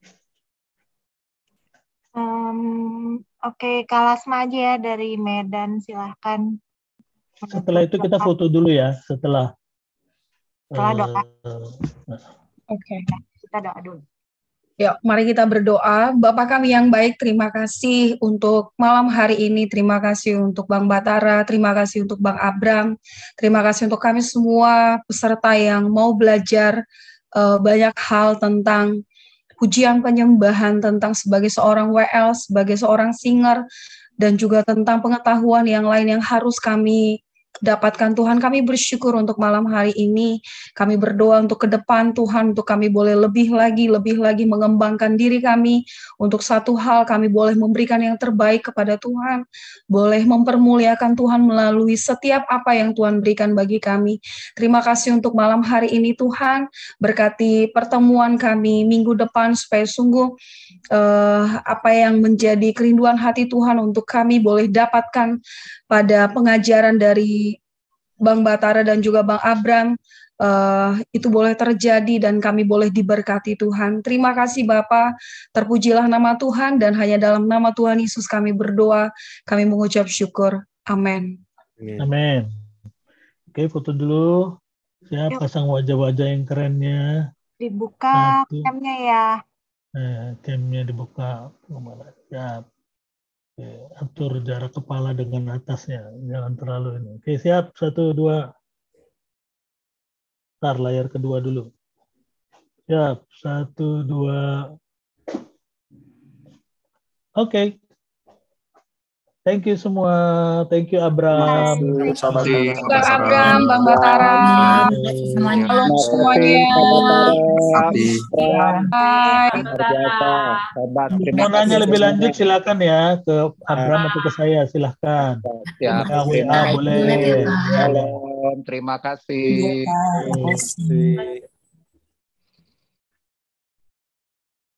Um, Oke, Kalasma aja ya dari Medan, silahkan. Setelah itu kita foto dulu ya, setelah setelah doa. Uh, Oke. Okay. Kita doa dulu. Ya, mari kita berdoa. Bapak kami yang baik, terima kasih untuk malam hari ini. Terima kasih untuk Bang Batara, terima kasih untuk Bang Abram, terima kasih untuk kami semua peserta yang mau belajar uh, banyak hal tentang pujian penyembahan, tentang sebagai seorang W L, sebagai seorang singer, dan juga tentang pengetahuan yang lain yang harus kami dapatkan. Tuhan, kami bersyukur untuk malam hari ini. Kami berdoa untuk ke depan, Tuhan, untuk kami boleh lebih lagi, lebih lagi mengembangkan diri kami. Untuk satu hal, kami boleh memberikan yang terbaik kepada Tuhan, boleh mempermuliakan Tuhan melalui setiap apa yang Tuhan berikan bagi kami. Terima kasih untuk malam hari ini, Tuhan. Berkati pertemuan kami minggu depan, supaya sungguh uh, apa yang menjadi kerinduan hati Tuhan untuk kami boleh dapatkan pada pengajaran dari Bang Batara dan juga Bang Abram, uh, itu boleh terjadi dan kami boleh diberkati Tuhan. Terima kasih Bapa, terpujilah nama Tuhan, dan hanya dalam nama Tuhan Yesus kami berdoa, kami mengucap syukur. Amin. Amin. Oke, foto dulu. Siap, pasang wajah-wajah yang kerennya. Dibuka camnya ya. Nah, camnya dibuka. Siap. Oke, atur jarak kepala dengan atasnya, jangan terlalu ini. Oke, siap, satu, dua. Ntar layar kedua dulu. Siap, satu, dua. Oke. Thank you semua. Thank you Abram. Terima kasih. Bang Abram, Bang Batara. Semuanya. Halo semuanya. Bye. Hebat. Mau nanya lebih lanjut silakan ya ke Abram atau ke saya, silakan. Ya, W A boleh. Halo, terima kasih. Terima kasih.